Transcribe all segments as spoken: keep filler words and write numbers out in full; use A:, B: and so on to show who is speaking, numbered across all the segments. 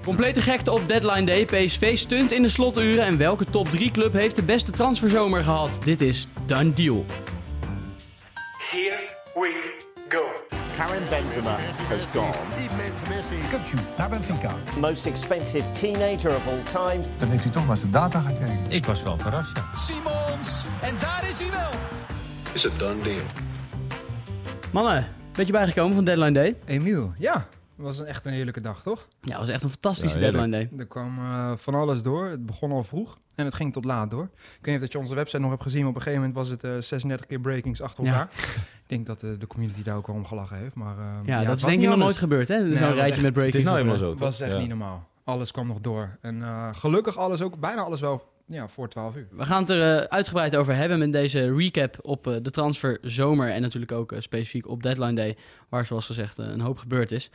A: Complete gekte op deadline day. P S V stunt in de sloturen. En welke top drie club heeft de beste transferzomer gehad? Dit is Done Deal.
B: Here we go.
C: Karim Benzema has gone.
D: Kutsu naar Benfica.
E: Most expensive teenager of all time.
F: Dan heeft hij toch maar zijn data gekeken.
D: Ik was wel verrast, ja. Simons, en daar is hij wel.
B: Is het done deal?
A: Mannen, ben je bijgekomen van deadline day?
G: Emiel, ja. Het was een echt een heerlijke dag, toch?
A: Ja, het was echt een fantastische
H: Ja,
A: deadline day.
G: Er kwam uh, van alles door. Het begon al vroeg en het ging tot laat door. Ik weet niet of dat je onze website nog hebt gezien, maar op een gegeven moment was het uh, zesendertig keer breakings achter elkaar. Ja. Ik denk dat uh, de community daar ook wel om gelachen heeft. Maar, uh,
A: Ja,
G: ja,
A: dat is denk ik nog nooit gebeurd, hè?
G: Nee,
A: Zo'n
G: was
A: rijtje
G: echt-
A: met breakings.
H: Het is nou eenmaal zo.
G: Het was echt
H: Ja.
G: niet normaal. Alles kwam nog door. En uh, gelukkig alles ook, bijna alles wel ja, voor twaalf uur.
A: We gaan het er uh, uitgebreid over hebben met deze recap op uh, de transfer zomer. En natuurlijk ook uh, specifiek op deadline day, waar zoals gezegd uh, een hoop gebeurd is.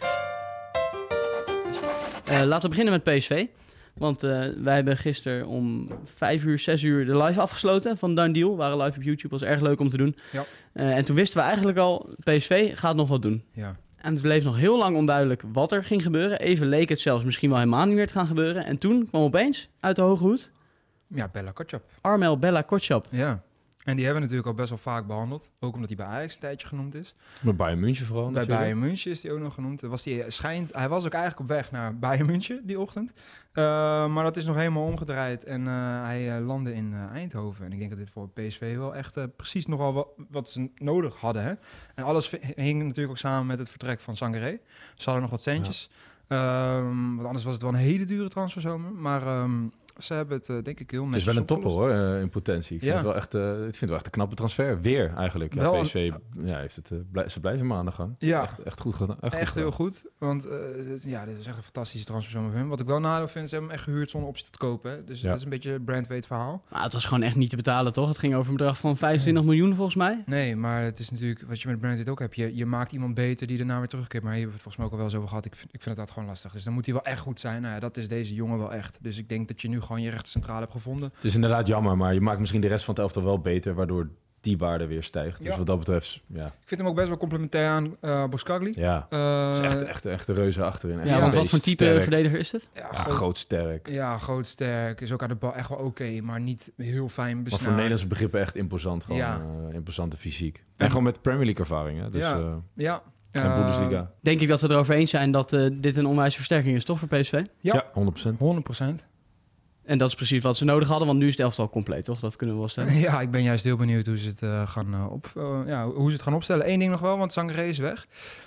A: Uh, laten we beginnen met P S V. Want uh, wij hebben gisteren om vijf uur, zes uur de live afgesloten van Done Deal. We waren live op YouTube, was erg leuk om te doen.
G: Ja.
A: Uh, en toen wisten we eigenlijk al, P S V gaat nog wat doen.
G: Ja.
A: En het bleef nog heel lang onduidelijk wat er ging gebeuren. Even leek het zelfs misschien wel helemaal niet meer te gaan gebeuren. En toen kwam opeens uit de hoge hoed
G: Ja, Bella Kotschap.
A: Armel Bella Kotschap.
G: Ja. En die hebben we natuurlijk al best wel vaak behandeld. Ook omdat hij bij Ajax een tijdje genoemd is.
H: Met Bayern München vooral
G: Bij
H: natuurlijk.
G: Bayern München is hij ook nog genoemd. Was die, schijnt, hij was ook eigenlijk op weg naar Bayern München die ochtend. Uh, maar dat is nog helemaal omgedraaid. En uh, hij uh, landde in uh, Eindhoven. En ik denk dat dit voor P S V wel echt uh, precies nogal wat, wat ze nodig hadden. Hè? En alles v- hing natuurlijk ook samen met het vertrek van Sangaré. Ze hadden nog wat centjes. Ja. Um, want anders was het wel een hele dure transferzomer. Maar um, ze hebben het uh, denk ik heel
H: Het
G: netjes
H: is wel een topper
G: opgelost.
H: hoor, uh, in potentie. Ik vind,
G: Ja.
H: het wel echt, uh, ik vind het wel echt een knappe transfer. Weer eigenlijk. Ja,
G: Wel
H: P S V ja, heeft het, uh, blij- ze blijven maar aan de gang.
G: Ja.
H: Echt, echt goed gedaan. Echt,
G: Echt
H: goed
G: heel
H: gedaan.
G: goed, want uh, ja, dit is echt een fantastische transferzomer van hem. Wat ik wel nadeel vind, ze hebben hem echt gehuurd zonder optie tot kopen. Hè? Dus
H: Ja.
G: dat is een beetje een Brandweight verhaal.
A: Maar het was gewoon echt niet te betalen, toch? Het ging over een bedrag van vijfentwintig miljoen volgens mij.
G: Nee, maar het is natuurlijk, wat je met Brandweight ook hebt, je, je maakt iemand beter die daarna weer terugkeert. Maar hier hebben we het volgens mij ook al wel eens over gehad. Ik vind, ik vind dat gewoon lastig. Dus dan moet hij wel echt goed zijn. Nou ja, dat is deze jongen wel echt. Dus ik denk dat je nu gewoon je rechter centraal hebt gevonden.
H: Het is inderdaad jammer, maar je maakt misschien de rest van het elftal wel beter, waardoor die waarde weer stijgt. Dus
G: Ja.
H: wat dat betreft, ja.
G: Ik vind hem ook best wel complementair aan uh, Boskagli.
H: Ja,
G: Uh,
H: het is echt, echt, echt een reuze achterin. Echt
A: Ja,
H: een
A: want wat
H: beest,
A: voor type
H: sterk.
A: verdediger is het?
G: ja,
H: Ja,
G: groot,
H: groot, sterk.
G: ja, groot, sterk. Is ook aan de bal echt wel oké, maar niet heel fijn
H: Maar
G: besnaard.
H: voor Nederlandse begrippen echt imposant. Gewoon,
G: Ja.
H: uh, imposante fysiek. En gewoon met Premier League ervaring. Hè? Dus,
G: Ja.
H: uh,
G: Ja.
H: en
G: Uh,
H: Bundesliga.
A: Denk ik dat we erover eens zijn dat uh, dit een onwijze versterking is, toch, voor P S V?
G: Ja.
H: Ja, honderd procent.
G: honderd procent.
A: En dat is precies wat ze nodig hadden, want nu is het elftal compleet, toch? Dat kunnen we wel stellen.
G: Ja, ik ben juist heel benieuwd hoe ze het, uh, gaan, uh, op, uh, ja, hoe ze het gaan opstellen. Eén ding nog wel, want Sangaré is weg.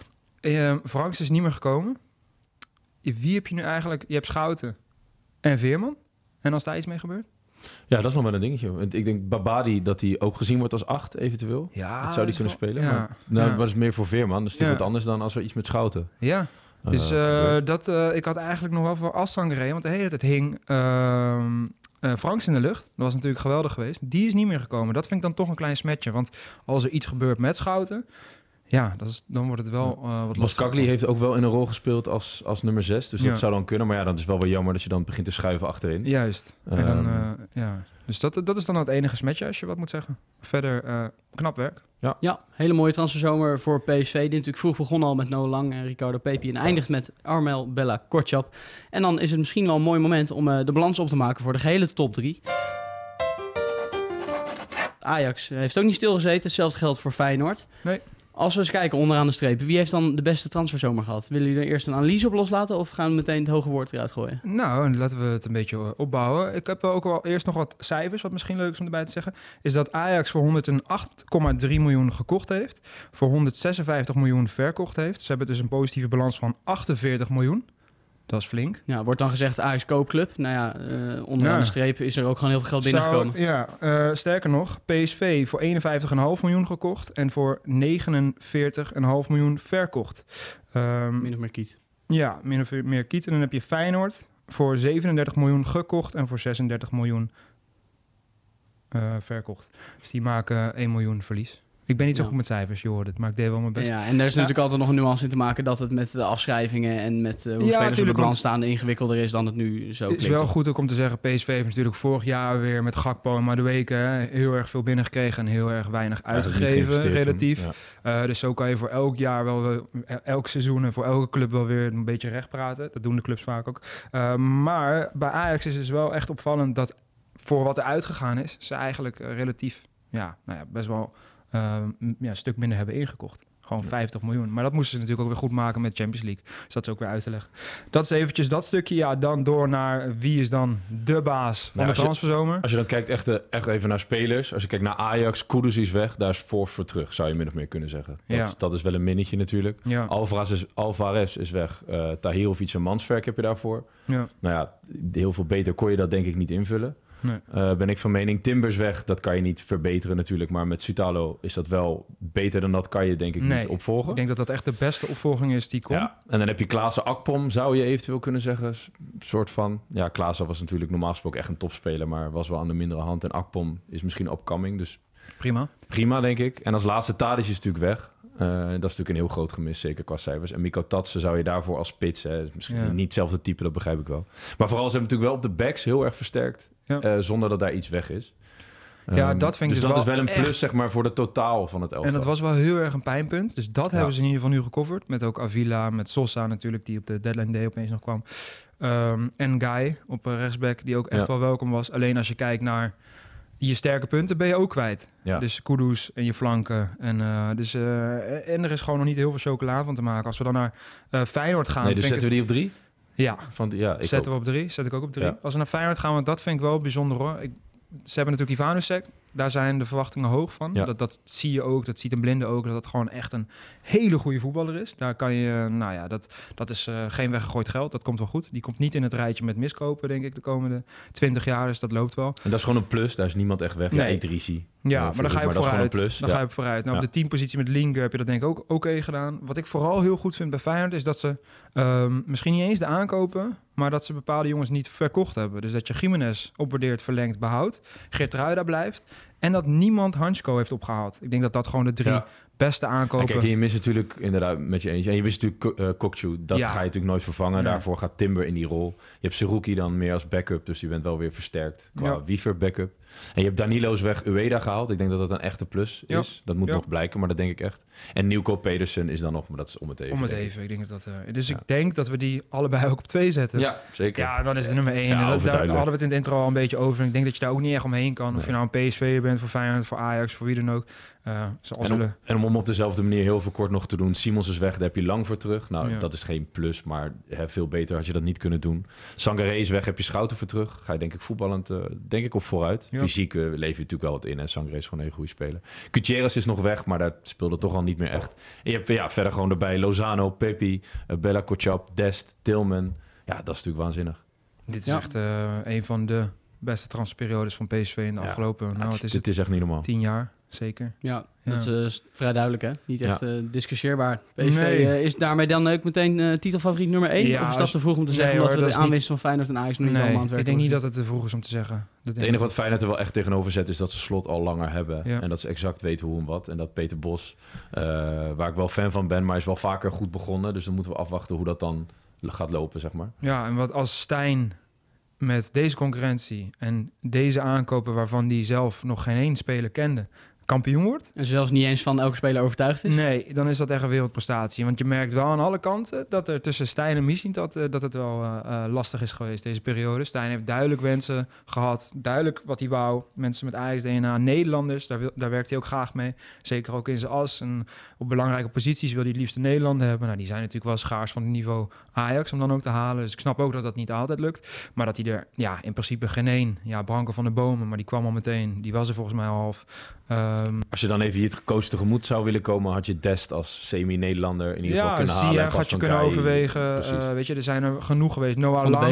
G: Uh, Franks is niet meer gekomen. Wie heb je nu eigenlijk? Je hebt Schouten en Veerman. En als daar iets mee gebeurt?
H: Ja, dat is nog wel een dingetje. Want ik denk Babadi dat hij ook gezien wordt als acht, eventueel.
G: Ja,
H: dat zou die kunnen spelen.
G: Ja,
H: Maar, nou,
G: ja.
H: dat is meer voor Veerman. Dus het is
G: Ja.
H: wat anders dan als er iets met Schouten.
G: ja.
H: uh,
G: Dus uh,
H: gebeurt.
G: dat, uh, ik had eigenlijk nog wel voor als Sangaré, want de hele tijd hing uh, uh, Franks in de lucht. Dat was natuurlijk geweldig geweest. Die is niet meer gekomen. Dat vind ik dan toch een klein smetje. Want als er iets gebeurt met Schouten, ja, dat is, dan wordt het wel uh, wat lastig.
H: Boskagli heeft ook wel in een rol gespeeld als, als nummer zes. Dus
G: Ja.
H: dat zou dan kunnen. Maar ja, dan is het wel wel jammer dat je dan begint te schuiven achterin.
G: Juist. En dan,
H: Ehm.
G: uh, ja. Dus dat, dat is dan het enige smetje, als je wat moet zeggen. Verder, uh, knap werk.
A: Ja, hele mooie transferzomer voor P S V. Die natuurlijk vroeg begon al met Noah Lang en Ricardo Pepi. En eindigt met Armel Bella Kotschap. En dan is het misschien wel een mooi moment om uh, de balans op te maken voor de gehele top drie. Ajax heeft ook niet stilgezeten. Hetzelfde geldt voor Feyenoord.
G: Nee.
A: Als we eens kijken onderaan de streep. Wie heeft dan de beste transferzomer gehad? Willen jullie er eerst een analyse op loslaten of gaan we meteen het hoge woord eruit gooien?
G: Nou, laten we het een beetje uh, opbouwen. Ik heb ook wel eerst nog wat cijfers, wat misschien leuk is om erbij te zeggen. Is dat Ajax voor honderdacht komma drie miljoen gekocht heeft. Voor honderdzesenvijftig miljoen verkocht heeft. Ze hebben dus een positieve balans van achtenveertig miljoen. Dat is flink.
A: Ja, wordt dan gezegd Ajax koopclub. Nou ja, uh, onderaan
G: Ja.
A: de streep is er ook gewoon heel veel geld binnengekomen.
G: Zou, ja, uh, sterker nog, P S V voor eenenvijftig komma vijf miljoen gekocht en voor negenenveertig komma vijf miljoen verkocht. Um,
A: Min of meer kiet.
G: ja, min of meer kiet. En dan heb je Feyenoord voor zevenendertig miljoen gekocht en voor zesendertig miljoen uh, verkocht. Dus die maken één miljoen verlies. Ik ben niet zo
A: Ja.
G: goed met cijfers, je hoort het, maar ik deed wel mijn best.
A: Ja, en daar is natuurlijk altijd nog een nuance in te maken dat het met de afschrijvingen en met uh, hoe
G: Ja,
A: spelers op de
G: tuurlijk,
A: balans
G: want-
A: staan ingewikkelder is dan het nu zo
G: Het is
A: klinkt.
G: wel goed ook om te zeggen, P S V heeft natuurlijk vorig jaar weer met Gakpo en Madueke hè, heel erg veel binnengekregen en heel erg weinig
H: Eigenlijk niet
G: uitgegeven,
H: geïnvesteerd
G: relatief.
H: toen. Ja.
G: Uh, dus zo kan je voor elk jaar wel, wel- elk seizoen en voor elke club wel weer een beetje recht praten. Dat doen de clubs vaak ook. Uh, maar bij Ajax is het dus wel echt opvallend dat voor wat er uitgegaan is, ze eigenlijk uh, relatief, ja, nou ja, best wel uh, m- ja, een stuk minder hebben ingekocht. Gewoon vijftig miljoen. Maar dat moesten ze natuurlijk ook weer goed maken met Champions League. Dus dat is ook weer uit te leggen. Dat is eventjes dat stukje. Ja, dan door naar wie is dan de baas van
H: Nou,
G: de
H: als je-
G: transferzomer.
H: Als je dan kijkt echt, eh, echt even naar spelers. Als je kijkt naar Ajax, Kudus is weg. Daar is Force voor terug, zou je min of meer kunnen zeggen. Dat,
G: Ja.
H: dat is wel een minnetje natuurlijk.
G: Ja,
H: Alvarez is, Alvarez is weg. Uh, Tahirovic en Mansverk heb je daarvoor.
G: ja,
H: Nou ja, heel veel beter kon je dat denk ik niet invullen.
G: nee.
H: Uh, ben ik van mening. Timbers weg, dat kan je niet verbeteren natuurlijk. Maar met Sutalo is dat wel beter dan dat kan je denk ik
G: Nee,
H: niet opvolgen.
G: Ik denk dat dat echt de beste opvolging is die komt.
H: Ja. En dan heb je Klaassen Akpom, zou je eventueel kunnen zeggen. S- soort van. Ja, Klaassen was natuurlijk normaal gesproken echt een topspeler, maar was wel aan de mindere hand. En Akpom is misschien upcoming, dus
G: Prima.
H: prima denk ik. En als laatste Tadic is natuurlijk weg. Uh, dat is natuurlijk een heel groot gemis, zeker qua cijfers. En Mikko Tatsen zou je daarvoor als spits, hè, misschien
G: Ja.
H: niet hetzelfde type, dat begrijp ik wel. Maar vooral ze hebben natuurlijk wel op de backs heel erg versterkt,
G: Ja.
H: uh, zonder dat daar iets weg is.
G: Ja,
H: Um,
G: dat vind ik
H: dus
G: dus
H: dat
G: wel
H: is wel een plus,
G: echt-
H: zeg maar, voor de totaal van het elftal.
G: En dat was wel heel erg een pijnpunt. Dus dat
H: Ja.
G: hebben ze in ieder geval nu gecoverd. Met ook Avila, met Sosa natuurlijk, die op de deadline day opeens nog kwam. Um, en Guy op uh, rechtsback, die ook echt
H: Ja.
G: wel welkom was. Alleen als je kijkt naar je sterke punten, ben je ook kwijt.
H: Ja.
G: Dus Kudus en je flanken. En, uh, dus, uh, en er is gewoon nog niet heel veel chocola van te maken. Als we dan naar uh, Feyenoord gaan...
H: Nee, dus
G: vind ik
H: zetten we die op drie?
G: het- Ja,
H: Van, ja, ik
G: zetten
H: ook.
G: we op drie. Zet ik ook op drie.
H: Ja.
G: Als we naar Feyenoord gaan, want dat vind ik wel bijzonder hoor. Ik, ze hebben natuurlijk Ivanusek. Daar zijn de verwachtingen hoog van.
H: Ja.
G: Dat, dat zie je ook, dat ziet een blinde ook. Dat het gewoon echt een hele goede voetballer is. Daar kan je, nou ja, dat, dat is uh, geen weggegooid geld. Dat komt wel goed. Die komt niet in het rijtje met miskopen, denk ik, de komende twintig jaar. Dus dat loopt wel.
H: En dat is gewoon een plus, daar is niemand echt weg.
G: Nee.
H: Ja, Idrissi.
G: Ja,
H: Uh,
G: maar dan ga je op
H: dat is gewoon
G: vooruit.
H: een plus.
G: Dan
H: Ja.
G: ga je op vooruit. Nou,
H: Ja.
G: op de teampositie met Linker heb je dat denk ik ook oké gedaan. Wat ik vooral heel goed vind bij Feyenoord is dat ze um, misschien niet eens de aankopen, maar dat ze bepaalde jongens niet verkocht hebben. Dus dat je Gimenez opwaardeert, verlengt, behoudt. Geertruida blijft. En dat niemand Hansko heeft opgehaald. Ik denk dat dat gewoon de drie
H: Ja.
G: beste
H: En
G: aankopen...
H: kijk, je mist natuurlijk inderdaad met je eentje. En je mist natuurlijk uh, Kokchu. Dat
G: Ja.
H: ga je natuurlijk nooit vervangen.
G: Nee.
H: Daarvoor gaat Timber in die rol. Je hebt Seruki dan meer als backup. Dus je bent wel weer versterkt qua
G: Ja.
H: Wiever backup. En je hebt Danilo's weg Ueda gehaald. Ik denk dat dat een echte plus
G: Ja.
H: is. Dat moet
G: Ja.
H: nog blijken, maar dat denk ik echt. En Nieuwko Pedersen is dan nog, maar dat is om het even.
G: Om het
H: denk ik.
G: even. Ik denk dat dat, uh, dus
H: Ja.
G: ik denk dat we die allebei ook op twee zetten.
H: Ja, zeker.
G: Ja, dan is het nummer één.
H: Ja,
G: en dat, daar
H: overduidelijk.
G: hadden we het in het intro al een beetje over. En ik denk dat je daar ook niet echt omheen kan. Of
H: Nee.
G: je nou een P S V'er bent, voor Feyenoord, voor Ajax, voor wie dan ook. Uh, ze al
H: En om,
G: zullen...
H: en om, om op dezelfde manier heel veel kort nog te doen. Simons is weg, daar heb je lang voor terug. Nou,
G: Ja.
H: dat is geen plus, maar hè, veel beter had je dat niet kunnen doen. Sangaré is weg, heb je Schouten voor terug. Ga je denk ik voetballend, uh, denk ik op vooruit.
G: Ja.
H: Fysiek uh, leef je natuurlijk wel wat in. En Sangaré is gewoon een hele goede speler. Gutierrez is nog weg, maar daar speelde toch al niet meer echt. En je hebt ja, verder gewoon erbij Lozano, Pepi, uh, Bella Kotschap, Dest, Tillman. Ja, dat is natuurlijk waanzinnig.
G: Dit is
A: Ja.
G: echt uh, een van de beste transferperiodes van P S V in de
H: Ja.
G: afgelopen...
H: Ja,
G: nou,
H: het,
G: wat is
H: dit
G: het?
H: is echt niet normaal.
G: Tien jaar, zeker.
A: Ja,
G: Ja.
A: dat is uh, vrij duidelijk, hè? Niet echt
H: Ja.
A: uh, discussieerbaar. P S V
G: Nee.
A: uh, is daarmee dan ook meteen uh, titelfavoriet nummer één?
G: Ja,
A: of is dat
G: als-
A: te vroeg om te
G: Nee,
A: zeggen,
G: hoor,
A: omdat we
G: dat
A: de
G: is niet-
A: aanwinst van Feyenoord en Ajax nog niet
G: Nee,
A: allemaal aan het
G: ik
A: werken
G: denk niet
A: was?
G: dat het te vroeg is om te zeggen. Dat denk
H: Het enige
G: ik.
H: wat Feyenoord er wel echt tegenover zet is dat ze Slot al langer hebben.
G: Ja.
H: En dat ze exact weten hoe en wat. En dat Peter Bos, uh, waar ik wel fan van ben, maar is wel vaker goed begonnen. Dus dan moeten we afwachten hoe dat dan gaat lopen, zeg maar.
G: Ja, en wat als Stijn met deze concurrentie en deze aankopen waarvan die zelf nog geen één speler kende, kampioen wordt?
A: En zelfs niet eens van elke speler overtuigd is?
G: Nee, dan is dat echt een wereldprestatie. Want je merkt wel aan alle kanten dat er tussen Stijn en Missie dat, uh, dat het wel uh, uh, lastig is geweest deze periode. Stijn heeft duidelijk wensen gehad, duidelijk wat hij wou. Mensen met Ajax D N A, Nederlanders, daar, wil, daar werkt hij ook graag mee. Zeker ook in zijn as. En op belangrijke posities wil hij het liefst de Nederlander hebben. Nou, die zijn natuurlijk wel schaars van het niveau Ajax om dan ook te halen. Dus ik snap ook dat dat niet altijd lukt. Maar dat hij er ja, in principe geen één, ja, Branko van de Bomen, maar die kwam al meteen. Die was er volgens mij al half. Um,
H: Als je dan even hier het coach tegemoet zou willen komen, had je Dest als semi-Nederlander in ieder geval
G: ja,
H: kunnen
G: zie
H: halen.
G: je,
H: in plaats
G: had je
H: van
G: kunnen
H: Kai.
G: overwegen.
H: Precies.
G: Uh, weet je, er zijn er genoeg geweest. Noah
A: Van de
G: Lang.
A: Beek.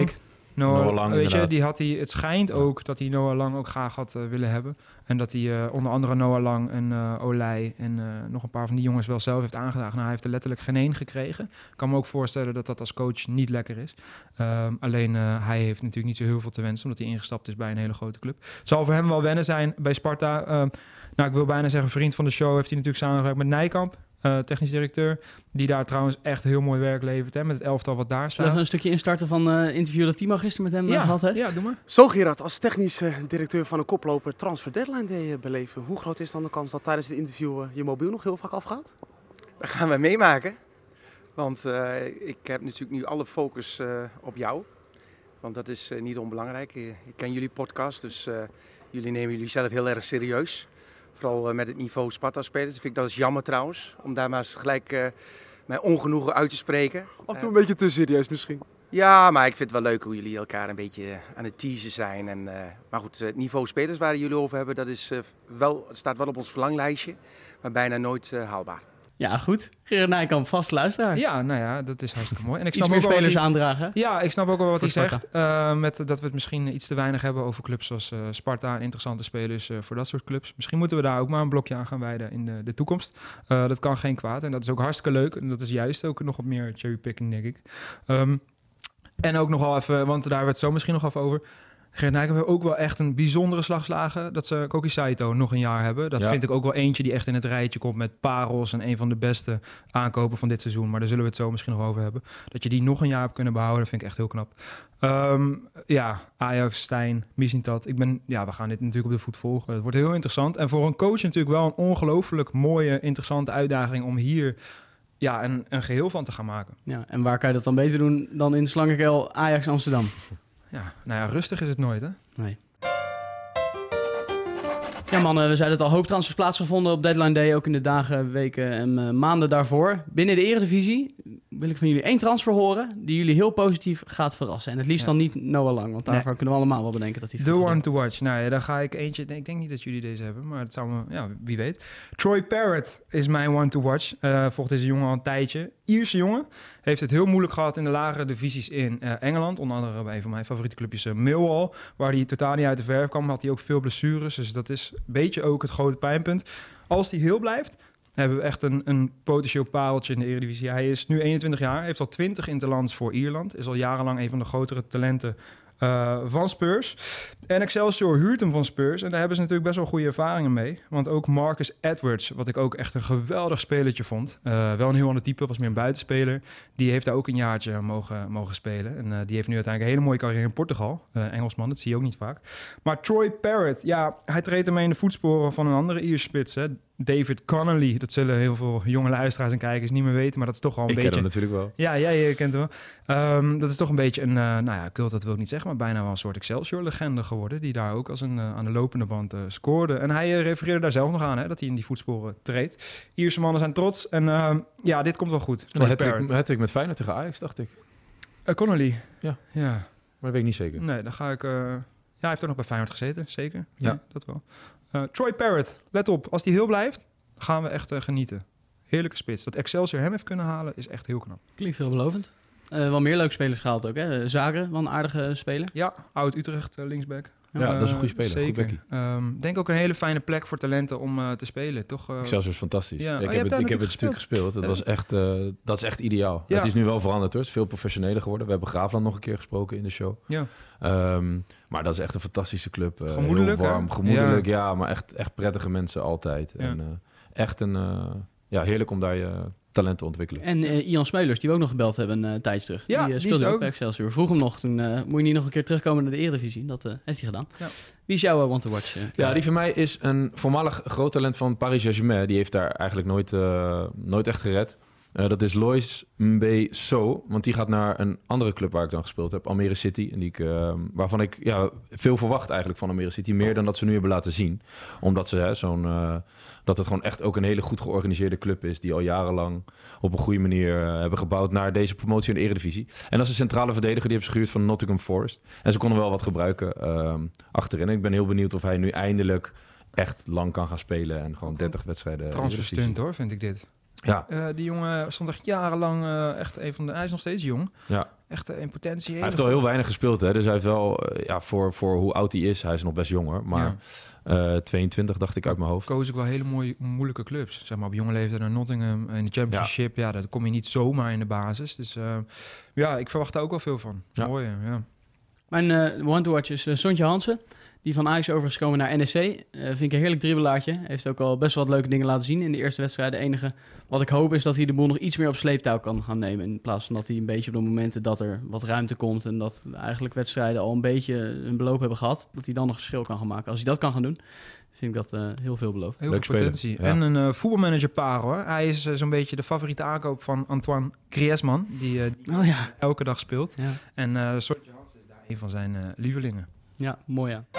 G: Noah,
H: Noah Lang,
G: weet je,
H: inderdaad.
G: die had hij, het schijnt
H: Ja.
G: ook dat hij Noah Lang ook graag had uh, willen hebben. En dat hij uh, onder andere Noah Lang en uh, Olij en uh, nog een paar van die jongens wel zelf heeft aangedragen. Nou, hij heeft er letterlijk geen één gekregen. Ik kan me ook voorstellen dat dat als coach niet lekker is. Um, alleen uh, hij heeft natuurlijk niet zo heel veel te wensen, omdat hij ingestapt is bij een hele grote club. Het zal voor hem wel wennen zijn bij Sparta. Uh, nou, ik wil bijna zeggen, vriend van de show heeft hij natuurlijk samengewerkt met Nijkamp. Uh, technisch directeur, die daar trouwens echt heel mooi werk levert, hè, met het elftal wat daar
A: Zullen we
G: staat.
A: even een stukje instarten van het uh, interview dat Timo gisteren met hem uh,
G: Ja,
A: gehad heeft?
G: ja, doe maar.
I: Zo Gerard, als technisch uh, directeur van een koploper Transfer Deadline Day uh, beleven, hoe groot is dan de kans dat tijdens het interview uh, je mobiel nog heel vaak afgaat?
J: Dat gaan we meemaken, want uh, ik heb natuurlijk nu alle focus uh, op jou, want dat is uh, niet onbelangrijk. Ik, ik ken jullie podcast, dus uh, jullie nemen jullie zelf heel erg serieus. Vooral uh, met het niveau Sparta-spelers. Dat vind ik dat is jammer trouwens, om daar maar eens gelijk uh, mijn ongenoegen uit te spreken.
I: Af en toe een beetje te serieus misschien.
J: Ja, maar ik vind het wel leuk hoe jullie elkaar een beetje aan het teasen zijn. En, uh, maar goed, het niveau spelers waar jullie over hebben, dat is, uh, wel, het staat wel op ons verlanglijstje, maar bijna nooit uh, haalbaar.
A: Ja, goed. Gerard Nijkamp, vast luisteraar.
G: Ja, nou ja, dat is hartstikke mooi. En ik
A: Iets
G: snap
A: meer
G: ook wel
A: spelers
G: wat hij-
A: aandragen.
G: Ja, ik snap ook wel wat hij
A: Voor
G: zegt. Uh, met, dat we het misschien iets te weinig hebben over clubs als uh, Sparta en interessante spelers uh, voor dat soort clubs. Misschien moeten we daar ook maar een blokje aan gaan wijden in de, de toekomst. Uh, dat kan geen kwaad en dat is ook hartstikke leuk. En dat is juist ook nog wat meer cherrypicking, denk ik. Um, en ook nogal even, want daar hebben we het zo misschien nog even over. Gerrit Nijkamp heeft ook wel echt een bijzondere slag geslagen dat ze Koki Saito nog een jaar hebben. Dat
H: Ja.
G: vind ik ook wel eentje die echt in het rijtje komt met Parels en een van de beste aankopen van dit seizoen. Maar daar zullen we het zo misschien nog over hebben. Dat je die nog een jaar hebt kunnen behouden, dat vind ik echt heel knap. Um, ja, Ajax, Stijn, Mislintat. Ik ben, ja, we gaan dit natuurlijk op de voet volgen. Het wordt heel interessant. En voor een coach natuurlijk wel een ongelooflijk mooie, interessante uitdaging om hier ja, een, een geheel van te gaan maken.
A: Ja, en waar kan je dat dan beter doen dan in Slangenkuil Ajax Amsterdam?
G: Ja, nou ja, rustig is het nooit, hè?
A: Nee. Ja mannen, we zeiden het al, hoop transfers plaatsgevonden op Deadline Day, ook in de dagen, weken en uh, maanden daarvoor. Binnen de Eredivisie wil ik van jullie één transfer horen die jullie heel positief gaat verrassen. En het liefst
G: Ja.
A: dan niet Noah Lang, want daarvoor
G: Nee.
A: kunnen we allemaal wel bedenken dat hij het
G: The
A: gaat
G: one
A: doen.
G: to watch. Nou ja, daar ga ik eentje... Nee, ik denk niet dat jullie deze hebben, maar het zou me... Ja, wie weet. Troy Parrott is mijn one to watch. Uh, volgt deze jongen al een tijdje. Ierse jongen. Heeft het heel moeilijk gehad in de lagere divisies in uh, Engeland. Onder andere bij een van mijn favoriete clubjes uh, Millwall. Waar hij totaal niet uit de verf kwam. Had hij ook veel blessures. Dus dat is een beetje ook het grote pijnpunt. Als hij heel blijft, hebben we echt een, een potentieel pareltje in de Eredivisie. Hij is nu eenentwintig jaar. Heeft al twintig interlands voor Ierland. Is al jarenlang een van de grotere talenten Uh, van Spurs. En Excelsior huurt hem van Spurs. En daar hebben ze natuurlijk best wel goede ervaringen mee. Want ook Marcus Edwards, wat ik ook echt een geweldig spelertje vond. Uh, wel een heel ander type, was meer een buitenspeler. Die heeft daar ook een jaartje mogen, mogen spelen. En uh, die heeft nu uiteindelijk een hele mooie carrière in Portugal. Uh, Engelsman, dat zie je ook niet vaak. Maar Troy Parrott, ja, hij treedt ermee in de voetsporen van een andere Ierse spits, hè. David Connolly. Dat zullen heel veel jonge luisteraars en kijkers niet meer weten, maar dat is toch wel een
H: Ik
G: beetje...
H: ken hem natuurlijk wel.
G: Ja, jij kent hem wel. Um, dat is toch een beetje een, uh, nou ja, cult, dat wil ik niet zeggen, maar bijna wel een soort Excelsior-legende geworden, die daar ook als een uh, aan de lopende band uh, scoorde. En hij uh, refereerde daar zelf nog aan, hè, dat hij in die voetsporen treedt. Ierse mannen zijn trots en uh, ja, dit komt wel goed.
H: Een hat-trick met Feyenoord tegen Ajax, dacht ik.
G: Uh, Connolly?
H: Ja.
G: Ja.
H: Maar dat weet ik niet zeker.
G: Nee, dan ga ik... Uh, ja, hij heeft ook nog bij Feyenoord gezeten, zeker.
H: Ja.
G: Nee, dat wel. Uh, Troy Parrott, let op, als die heel blijft, gaan we echt uh, genieten. Heerlijke spits. Dat Excelsior hem heeft kunnen halen, is echt heel knap.
A: Klinkt veelbelovend. Uh, wel meer leuke spelers gehaald ook, hè? Zager, wel een aardige speler.
G: Ja, oud Utrecht, uh, linksback.
H: Ja, uh, dat is een goede speler.
G: Zeker.
H: Goed
G: um, denk ook een hele fijne plek voor talenten om uh, te spelen, toch? Uh...
H: Excelsior is fantastisch.
G: Ja.
H: Ik
G: oh,
H: heb het, ik
G: heb
H: heb het natuurlijk gespeeld. Het was echt, uh, dat is echt ideaal.
G: Ja.
H: Het is nu wel veranderd hoor. Het is veel professioneler geworden. We hebben Graafland nog een keer gesproken in de show.
G: Ja.
H: Um, maar dat is echt een fantastische club. Uh,
G: gemoedelijk,
H: heel warm,
G: hè?
H: gemoedelijk, ja.
G: ja.
H: Maar echt, echt prettige mensen altijd.
G: Ja.
H: En uh, echt een, uh, ja, heerlijk om daar je talent te ontwikkelen.
A: En uh, Ian Smeulers, die we ook nog gebeld hebben uh, een tijdje terug.
G: Ja,
A: die uh,
G: die
A: speelde
G: is
A: ook
G: ook.
A: bij Excelsior. Vroeg hem nog, toen uh, moet je niet nog een keer terugkomen naar de Eredivisie. Dat uh, heeft hij gedaan. Ja. Wie is jouw uh, one to watch? Uh,
H: ja, die van mij is een voormalig groot talent van Paris Saint-Germain. Die heeft daar eigenlijk nooit, uh, nooit echt gered. Uh, dat is Lois Mbeso, want die gaat naar een andere club waar ik dan gespeeld heb, Almere City. En die ik, uh, waarvan ik ja, veel verwacht eigenlijk van Almere City. Meer dan dat ze nu hebben laten zien. Omdat ze hè, zo'n, uh, dat het gewoon echt ook een hele goed georganiseerde club is. Die al jarenlang op een goede manier uh, hebben gebouwd naar deze promotie in de Eredivisie. En dat is een centrale verdediger, die heeft ze gehuurd van Nottingham Forest. En ze konden wel wat gebruiken uh, achterin. En ik ben heel benieuwd of hij nu eindelijk echt lang kan gaan spelen. En gewoon dertig wedstrijden.
G: Transferstunt hoor, vind ik dit.
H: Ja.
G: Uh, die jongen stond echt jarenlang uh, echt een van de... Hij is nog steeds jong.
H: Ja.
G: Echt uh, in potentie.
H: Hij heeft al heel weinig gespeeld, hè? Dus hij heeft wel, uh, ja, voor, voor hoe oud hij is, hij is nog best jong hoor. Maar ja. uh, tweeëntwintig dacht ik uit mijn hoofd.
G: Koos ik wel hele mooie, moeilijke clubs. Zeg maar op jonge leeftijd naar Nottingham in de Championship. Ja, ja daar kom je niet zomaar in de basis. Dus uh, ja, ik verwacht daar ook wel veel van. Ja. Mooi, ja.
A: Mijn uh, one-to-watch is uh, Sontje Hansen. Die van Ajax overgekomen naar N E C. Uh, vind ik een heerlijk dribbelaartje. Heeft ook al best wel wat leuke dingen laten zien in de eerste wedstrijd. De enige wat ik hoop is dat hij de boel nog iets meer op sleeptouw kan gaan nemen. In plaats van dat hij een beetje op de momenten dat er wat ruimte komt. En dat eigenlijk wedstrijden al een beetje een beloop hebben gehad. Dat hij dan nog verschil kan gaan maken. Als hij dat kan gaan doen, vind ik dat uh, heel veel beloofd.
G: Heel Leuk veel potentie. Ja. En een uh, voetbalmanager paar hoor. Hij is uh, zo'n beetje de favoriete aankoop van Antoine Griezmann. Die, uh, die oh, ja. elke dag speelt. Ja. En uh, Sontje Hansen is daar een van zijn uh, lievelingen.
A: Ja, mooi ja.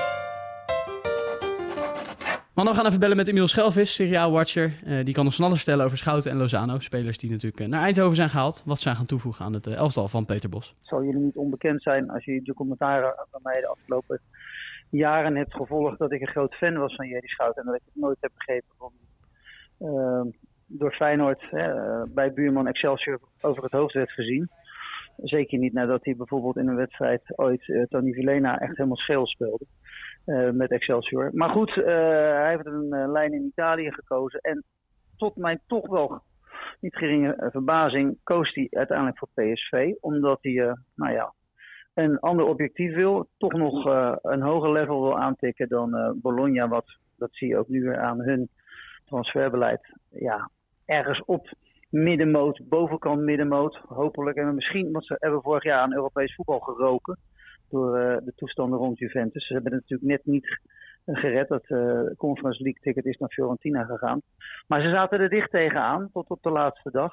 A: Maar dan gaan we even bellen met Emiel Schelvis, Serie A-watcher. Uh, die kan ons van alles vertellen over Schouten en Lozano. Spelers die natuurlijk uh, naar Eindhoven zijn gehaald. Wat zij gaan toevoegen aan het uh, elftal van Peter Bos.
K: Het zal jullie niet onbekend zijn als je de documentaire van mij de afgelopen jaren hebt gevolgd. Dat ik een groot fan was van Jerry Schouten. En dat ik het nooit heb begrepen van, uh, door Feyenoord uh, bij buurman Excelsior over het hoofd werd gezien. Zeker niet nadat hij bijvoorbeeld in een wedstrijd ooit uh, Tony Vilena echt helemaal scheel speelde. Uh, met Excelsior. Maar goed, uh, hij heeft een uh, lijn in Italië gekozen. En tot mijn toch wel niet geringe uh, verbazing koos hij uiteindelijk voor P S V. Omdat hij uh, nou ja, een ander objectief wil. Toch nog uh, een hoger level wil aantikken dan uh, Bologna. Wat, dat zie je ook nu weer aan hun transferbeleid. Ja, ergens op middenmoot, bovenkant middenmoot. Hopelijk. En misschien, want ze hebben vorig jaar aan Europees voetbal geroken. Door uh, de toestanden rond Juventus. Ze hebben het natuurlijk net niet uh, gered. Dat uh, Conference League ticket is naar Fiorentina gegaan. Maar ze zaten er dicht tegenaan tot op de laatste dag.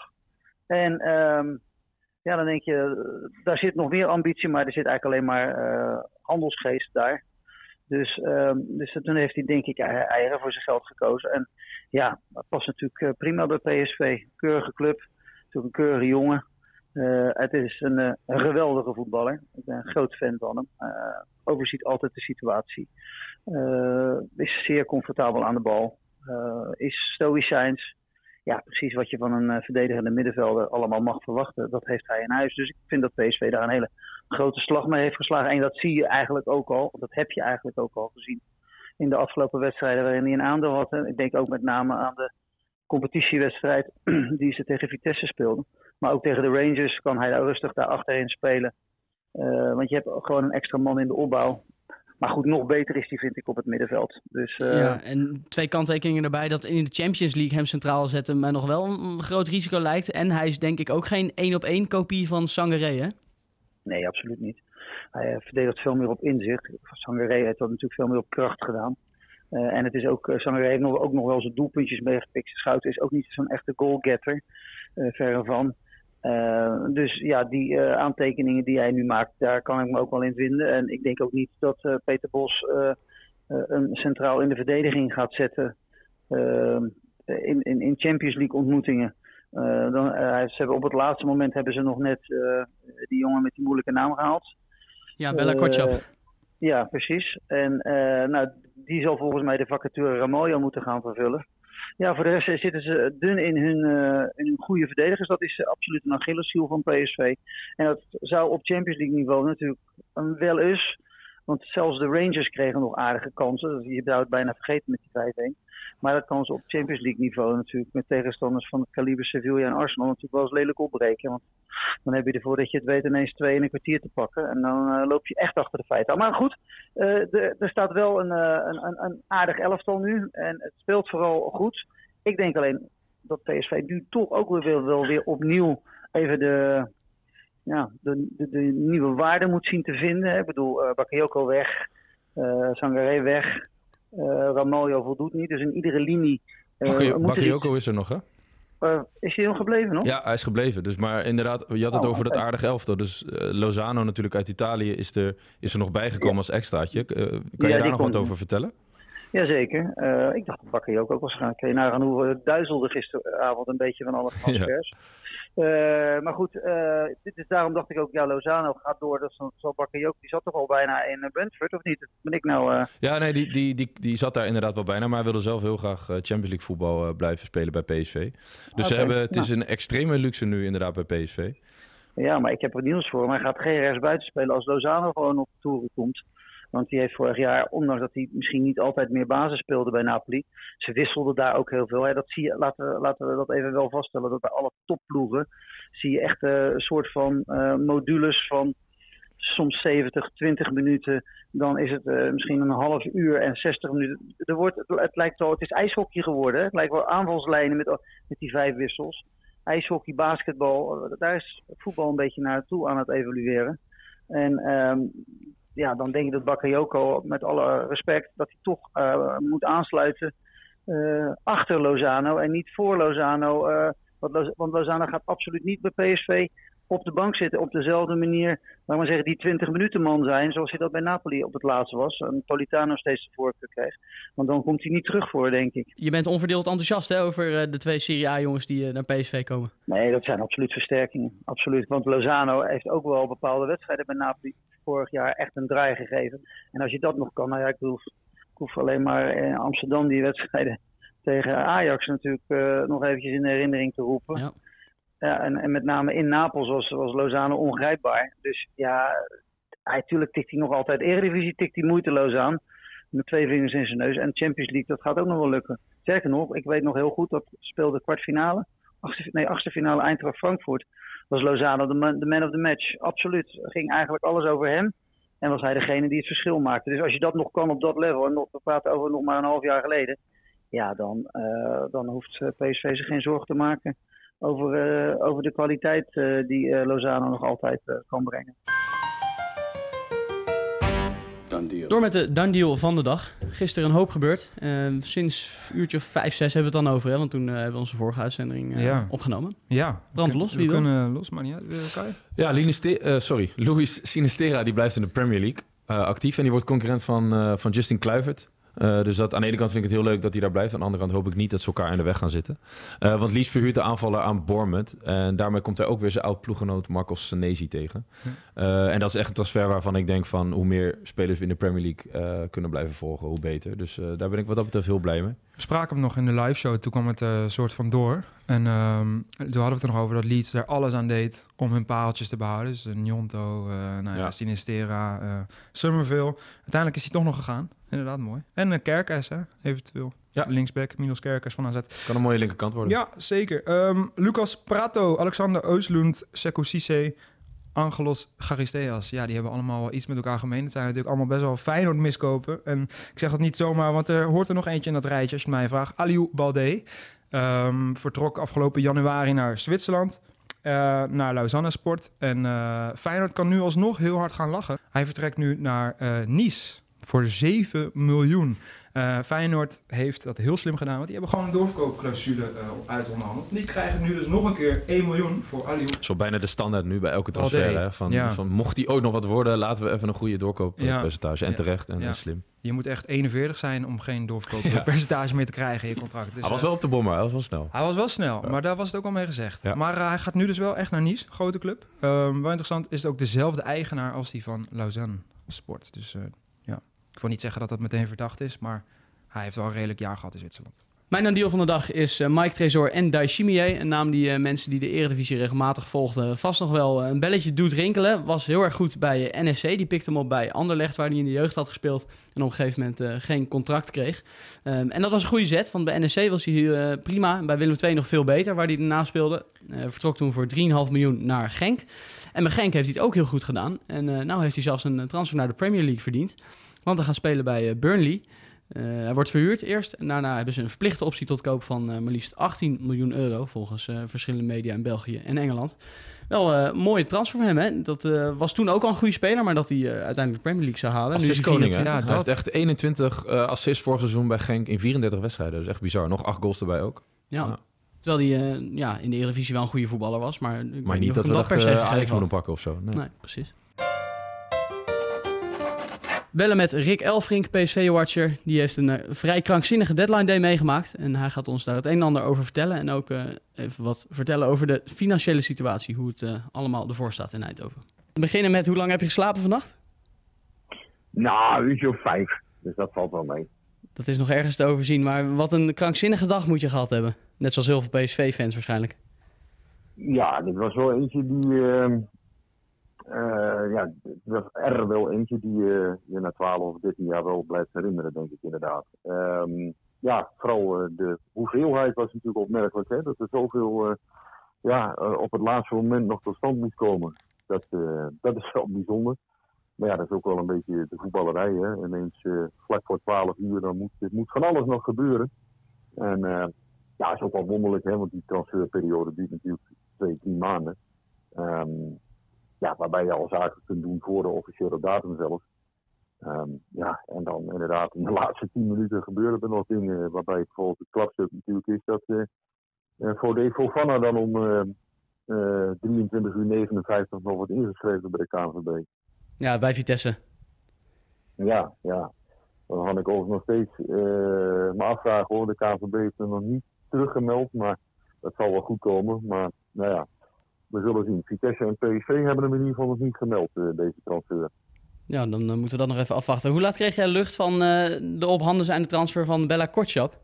K: En um, ja, dan denk je, daar zit nog meer ambitie, maar er zit eigenlijk alleen maar uh, handelsgeest daar. Dus, um, dus toen heeft hij denk ik eieren voor zijn geld gekozen. En ja, dat past natuurlijk uh, prima bij P S V. Keurige club, natuurlijk een keurige jongen. Uh, het is een, uh, een geweldige voetballer. Ik ben een groot fan van hem. Uh, overziet altijd de situatie. Uh, is zeer comfortabel aan de bal. Uh, is stoïcijns. Ja, precies wat je van een uh, verdedigende middenvelder allemaal mag verwachten. Dat heeft hij in huis. Dus ik vind dat P S V daar een hele grote slag mee heeft geslagen. En dat zie je eigenlijk ook al. Dat heb je eigenlijk ook al gezien. In de afgelopen wedstrijden waarin hij een aandeel had. Ik denk ook met name aan de competitiewedstrijd die ze tegen Vitesse speelden. Maar ook tegen de Rangers kan hij daar rustig daar achterin spelen. Uh, want je hebt gewoon een extra man in de opbouw. Maar goed, nog beter is die, vind ik, op het middenveld. Dus, uh...
A: ja, en twee kanttekeningen erbij. Dat in de Champions League hem centraal zetten mij nog wel een groot risico lijkt. En hij is denk ik ook geen één op één kopie van Sangaré, hè?
K: Nee, absoluut niet. Hij uh, verdedigt veel meer op inzicht. Sangaré heeft dat natuurlijk veel meer op kracht gedaan. Uh, en het is ook, uh, Sangaré heeft nog, ook nog wel zijn doelpuntjes meegepikt. Schouten is ook niet zo'n echte goalgetter. Uh, verre van. Uh, dus ja, die uh, aantekeningen die hij nu maakt, daar kan ik me ook wel in vinden. En ik denk ook niet dat uh, Peter Bos uh, uh, een centraal in de verdediging gaat zetten uh, in, in, in Champions League ontmoetingen. Uh, dan, uh, ze hebben op het laatste moment hebben ze nog net uh, die jongen met die moeilijke naam gehaald.
A: Ja, Bella Kotschap. Uh,
K: ja, precies. En uh, nou, die zal volgens mij de vacature Ramaljo moeten gaan vervullen. Ja, voor de rest zitten ze dun in hun, uh, in hun goede verdedigers. Dat is uh, absoluut een Achilleshiel van P S V. En dat zou op Champions League niveau natuurlijk wel eens. Want zelfs de Rangers kregen nog aardige kansen. Je zou het bijna vergeten met die vijf-een. Maar dat kan ze op Champions League niveau natuurlijk met tegenstanders van het kaliber Sevilla en Arsenal natuurlijk wel eens lelijk opbreken. Want dan heb je ervoor dat je het weet ineens twee in een kwartier te pakken. En dan uh, loop je echt achter de feiten aan. Maar goed, uh, de, er staat wel een, uh, een, een, een aardig elftal nu. En het speelt vooral goed. Ik denk alleen dat P S V nu toch ook weer, wel weer opnieuw even de, ja, de, de, de nieuwe waarde moet zien te vinden. Hè. Ik bedoel, uh, Bakayoko weg, uh, Sangaré weg. Uh, Ramaljo voldoet niet, dus in iedere linie...
H: Uh, Bakayoko is er nog, hè?
K: Uh, is hij nog gebleven nog?
H: Ja, hij is gebleven. Dus, maar inderdaad, je had het oh, over okay. dat aardige elftal. Dus uh, Lozano natuurlijk uit Italië is er, is er nog bijgekomen ja. als extraatje. Uh, kan ja, je daar nog wat over niet. vertellen?
K: Jazeker. Uh, ik dacht dat Bakayoko ook waarschijnlijk. Kun je nagaan hoe we duizelden gisteravond een beetje van alle transfers. Ja. Uh, maar goed, uh, dit is, daarom dacht ik ook, ja, Lozano gaat door. Dat zal Bakayoko, die zat toch al bijna in Brentford, of niet? Ben ik nou... Uh...
H: Ja, nee, die, die, die, die zat daar inderdaad wel bijna. Maar hij wilde zelf heel graag Champions League voetbal uh, blijven spelen bij P S V. Dus okay, ze hebben, het nou. is een extreme luxe nu inderdaad bij P S V.
K: Ja, maar ik heb er nieuws voor hem. Hij gaat geen rechtsbuiten spelen als Lozano gewoon op de toeren komt. Want die heeft vorig jaar, ondanks dat hij misschien niet altijd meer basis speelde bij Napoli, ze wisselden daar ook heel veel. Hè. Dat zie je, laten, we, laten we dat even wel vaststellen, dat bij alle topploegen zie je echt uh, een soort van uh, modules van soms zeventig, twintig minuten. Dan is het uh, misschien een half uur en zestig minuten. Er wordt, het, lijkt wel, het is ijshockey geworden. Hè. Het lijkt wel aanvalslijnen met, met die vijf wissels. Ijshockey, basketbal, daar is voetbal een beetje naartoe aan het evolueren. En um, ja, dan denk ik dat Bakayoko, met alle respect, dat hij toch uh, moet aansluiten uh, achter Lozano en niet voor Lozano. Uh, want, Loz- want Lozano gaat absoluut niet bij P S V op de bank zitten op dezelfde manier, laten we maar zeggen, die twintig minuten man zijn, zoals hij dat bij Napoli op het laatste was. En Politano steeds de voorkeur kreeg. Want dan komt hij niet terug voor, denk ik.
A: Je bent onverdeeld enthousiast hè, over uh, de twee Serie A-jongens die uh, naar P S V komen.
K: Nee, dat zijn absoluut versterkingen. Absoluut. Want Lozano heeft ook wel bepaalde wedstrijden bij Napoli vorig jaar echt een draai gegeven. En als je dat nog kan, nou ja, ik, bedoel, ik hoef alleen maar in Amsterdam die wedstrijden tegen Ajax natuurlijk uh, nog eventjes in herinnering te roepen.
A: Ja.
K: Ja, en, en met name in Napels was, was Lozano ongrijpbaar. Dus ja, natuurlijk tikt hij nog altijd Eredivisie, tikt hij moeiteloos aan. Met twee vingers in zijn neus. En Champions League, dat gaat ook nog wel lukken. Sterker nog, ik weet nog heel goed, dat speelde kwartfinale. Achtste, nee, achtste finale Eintracht Frankfurt. Was Lozano de man, de man of the match. Absoluut. Er ging eigenlijk alles over hem. En was hij degene die het verschil maakte. Dus als je dat nog kan op dat level, en nog, we praten over nog maar een half jaar geleden. Ja, dan, uh, dan hoeft P S V zich geen zorgen te maken over, uh, over de kwaliteit uh, die uh, Lozano nog altijd uh, kan brengen.
A: Door met de done deal van de dag. Gisteren een hoop gebeurd. Uh, sinds een uurtje of vijf, zes hebben we het dan over. Hè? Want toen uh, hebben we onze vorige uitzending uh, ja. opgenomen.
G: Ja.
A: Brand los, wie
G: we
A: wil?
G: kunnen los, maar niet uit. Kan je?
H: Ja, Lineste- uh, sorry. Luis Sinistera die blijft in de Premier League uh, actief. En die wordt concurrent van, uh, van Justin Kluivert. Uh, dus dat, aan de ene kant vind ik het heel leuk dat hij daar blijft. Aan de andere kant hoop ik niet dat ze elkaar in de weg gaan zitten. Uh, want Leeds verhuurt de aanvaller aan Bournemouth. En daarmee komt hij ook weer zijn oud-ploeggenoot Marcos Senesi tegen. Uh, en dat is echt een transfer waarvan ik denk van hoe meer spelers we in de Premier League uh, kunnen blijven volgen, hoe beter. Dus uh, daar ben ik wat dat betreft heel blij mee.
G: We spraken hem nog in de live show, toen kwam het uh, soort van door. En um, toen hadden we het er nog over dat Leeds er alles aan deed om hun pareltjes te behouden. Dus uh, Gnonto, uh, nou ja, ja. Sinistera, uh, Summerville. Uiteindelijk is hij toch nog gegaan. Inderdaad, mooi. En uh, Kerkers, hè, eventueel. Ja. Linksback, Milos Kerkers van A Z.
H: Kan een mooie linkerkant worden.
G: Ja, zeker. Um, Lucas Prato, Alexander Ooslund, Sekou Cissé, Angelos Charisteas. Ja, die hebben allemaal wel iets met elkaar gemeen. Het zijn natuurlijk allemaal best wel Feyenoord miskopen. En ik zeg dat niet zomaar, want er hoort er nog eentje in dat rijtje, als je het mij vraagt. Aliou Baldé um, vertrok afgelopen januari naar Zwitserland. Uh, naar Lausanne Sport. En uh, Feyenoord kan nu alsnog heel hard gaan lachen. Hij vertrekt nu naar uh, Nice voor zeven miljoen. Uh, Feyenoord heeft dat heel slim gedaan, want die hebben gewoon een doorverkoopclausule uh, uitonderhandeld. Die krijgen nu dus nog een keer één miljoen voor Aliou.
H: Zo bijna de standaard nu bij elke transfer. Hè? Van,
G: ja.
H: van, mocht die ooit nog wat worden, laten we even een goede doorkooppercentage. Ja. En terecht en
G: ja.
H: slim.
G: Je moet echt eenenveertig zijn om geen doorverkooppercentage ja. meer te krijgen in je contract. Dus,
H: hij was wel op de bommer, hij was wel snel.
G: Hij was wel snel, ja. maar daar was het ook al mee gezegd. Ja. Maar uh, hij gaat nu dus wel echt naar Nice, grote club. Um, wel interessant, is het ook dezelfde eigenaar als die van Lausanne Sport. Dus uh, ja, ik wil niet zeggen dat dat meteen verdacht is, maar hij heeft wel een redelijk jaar gehad in Zwitserland.
A: Mijn aandeal van de dag is uh, Mike Tresor en Dai Chimier. Een naam die uh, mensen die de Eredivisie regelmatig volgden vast nog wel uh, een belletje doet rinkelen. Was heel erg goed bij uh, N S C. Die pikte hem op bij Anderlecht, waar hij in de jeugd had gespeeld. En op een gegeven moment uh, geen contract kreeg. Um, en dat was een goede zet, want bij N S C was hij uh, prima. Bij Willem twee nog veel beter, waar hij daarna speelde. Uh, vertrok toen voor drie komma vijf miljoen naar Genk. En bij Genk heeft hij het ook heel goed gedaan. En uh, nou heeft hij zelfs een transfer naar de Premier League verdiend. Want hij gaat spelen bij uh, Burnley. Uh, hij wordt verhuurd eerst en daarna hebben ze een verplichte optie tot koop van uh, maar liefst achttien miljoen euro volgens uh, verschillende media in België en Engeland. Wel een uh, mooie transfer voor hem, hè? Dat uh, was toen ook al een goede speler, maar dat hij uh, uiteindelijk de Premier League zou halen.
H: Assist koning, hè? Ja, hij heeft echt eenentwintig uh, assists vorig seizoen bij Genk in vierendertig wedstrijden. Dat is echt bizar. Nog acht goals erbij ook.
A: Ja. ja. Terwijl hij uh, ja, in de Eredivisie wel een goede voetballer was, maar,
H: maar niet dat we dat per se uh, Ajax moeten pakken of zo. Nee,
A: nee precies. Bellen met Rick Elfrink, P S V-watcher. Die heeft een uh, vrij krankzinnige deadline day meegemaakt. En hij gaat ons daar het een en ander over vertellen. En ook uh, even wat vertellen over de financiële situatie. Hoe het uh, allemaal ervoor staat in Eindhoven. We beginnen met, hoe lang heb je geslapen vannacht?
L: Nou, een uurtje of vijf. Dus dat valt wel mee.
A: Dat is nog ergens te overzien. Maar wat een krankzinnige dag moet je gehad hebben. Net zoals heel veel P S V-fans waarschijnlijk.
L: Ja, dit was wel eentje die... Uh, uh, ja, het was er wel eentje die uh, je na twaalf of dertien jaar wel blijft herinneren, denk ik inderdaad. Um, ja, vooral uh, de hoeveelheid was natuurlijk opmerkelijk. Hè? Dat er zoveel uh, ja, uh, op het laatste moment nog tot stand moest komen. Dat, uh, dat is wel bijzonder. Maar ja, dat is ook wel een beetje de voetballerij. Hè? Ineens uh, vlak voor twaalf uur, dan moet, het moet van alles nog gebeuren. En uh, ja, is ook wel wonderlijk, hè? Want die transferperiode duurt natuurlijk twee, drie maanden. Um, ja, waarbij je al zaken kunt doen voor de officiële datum zelf. Um, ja, en dan inderdaad in de laatste tien minuten gebeuren er nog dingen. Waarbij het bijvoorbeeld het klapstuk natuurlijk is dat uh, uh, voor de Fofana dan om uh, uh, drieëntwintig uur negenenvijftig nog wordt ingeschreven bij de K N V B.
A: Ja, bij Vitesse.
L: Ja, ja. Dan had ik overigens nog steeds uh, me afvragen hoor. De K N V B heeft er nog niet teruggemeld, maar dat zal wel goed komen. Maar nou ja, we zullen zien. Vitesse en P S V hebben hem in ieder geval nog niet gemeld, uh, deze transfer.
A: Ja, dan uh, moeten we dat nog even afwachten. Hoe laat kreeg jij lucht van uh, de op handen zijnde transfer van Bella Kotschap?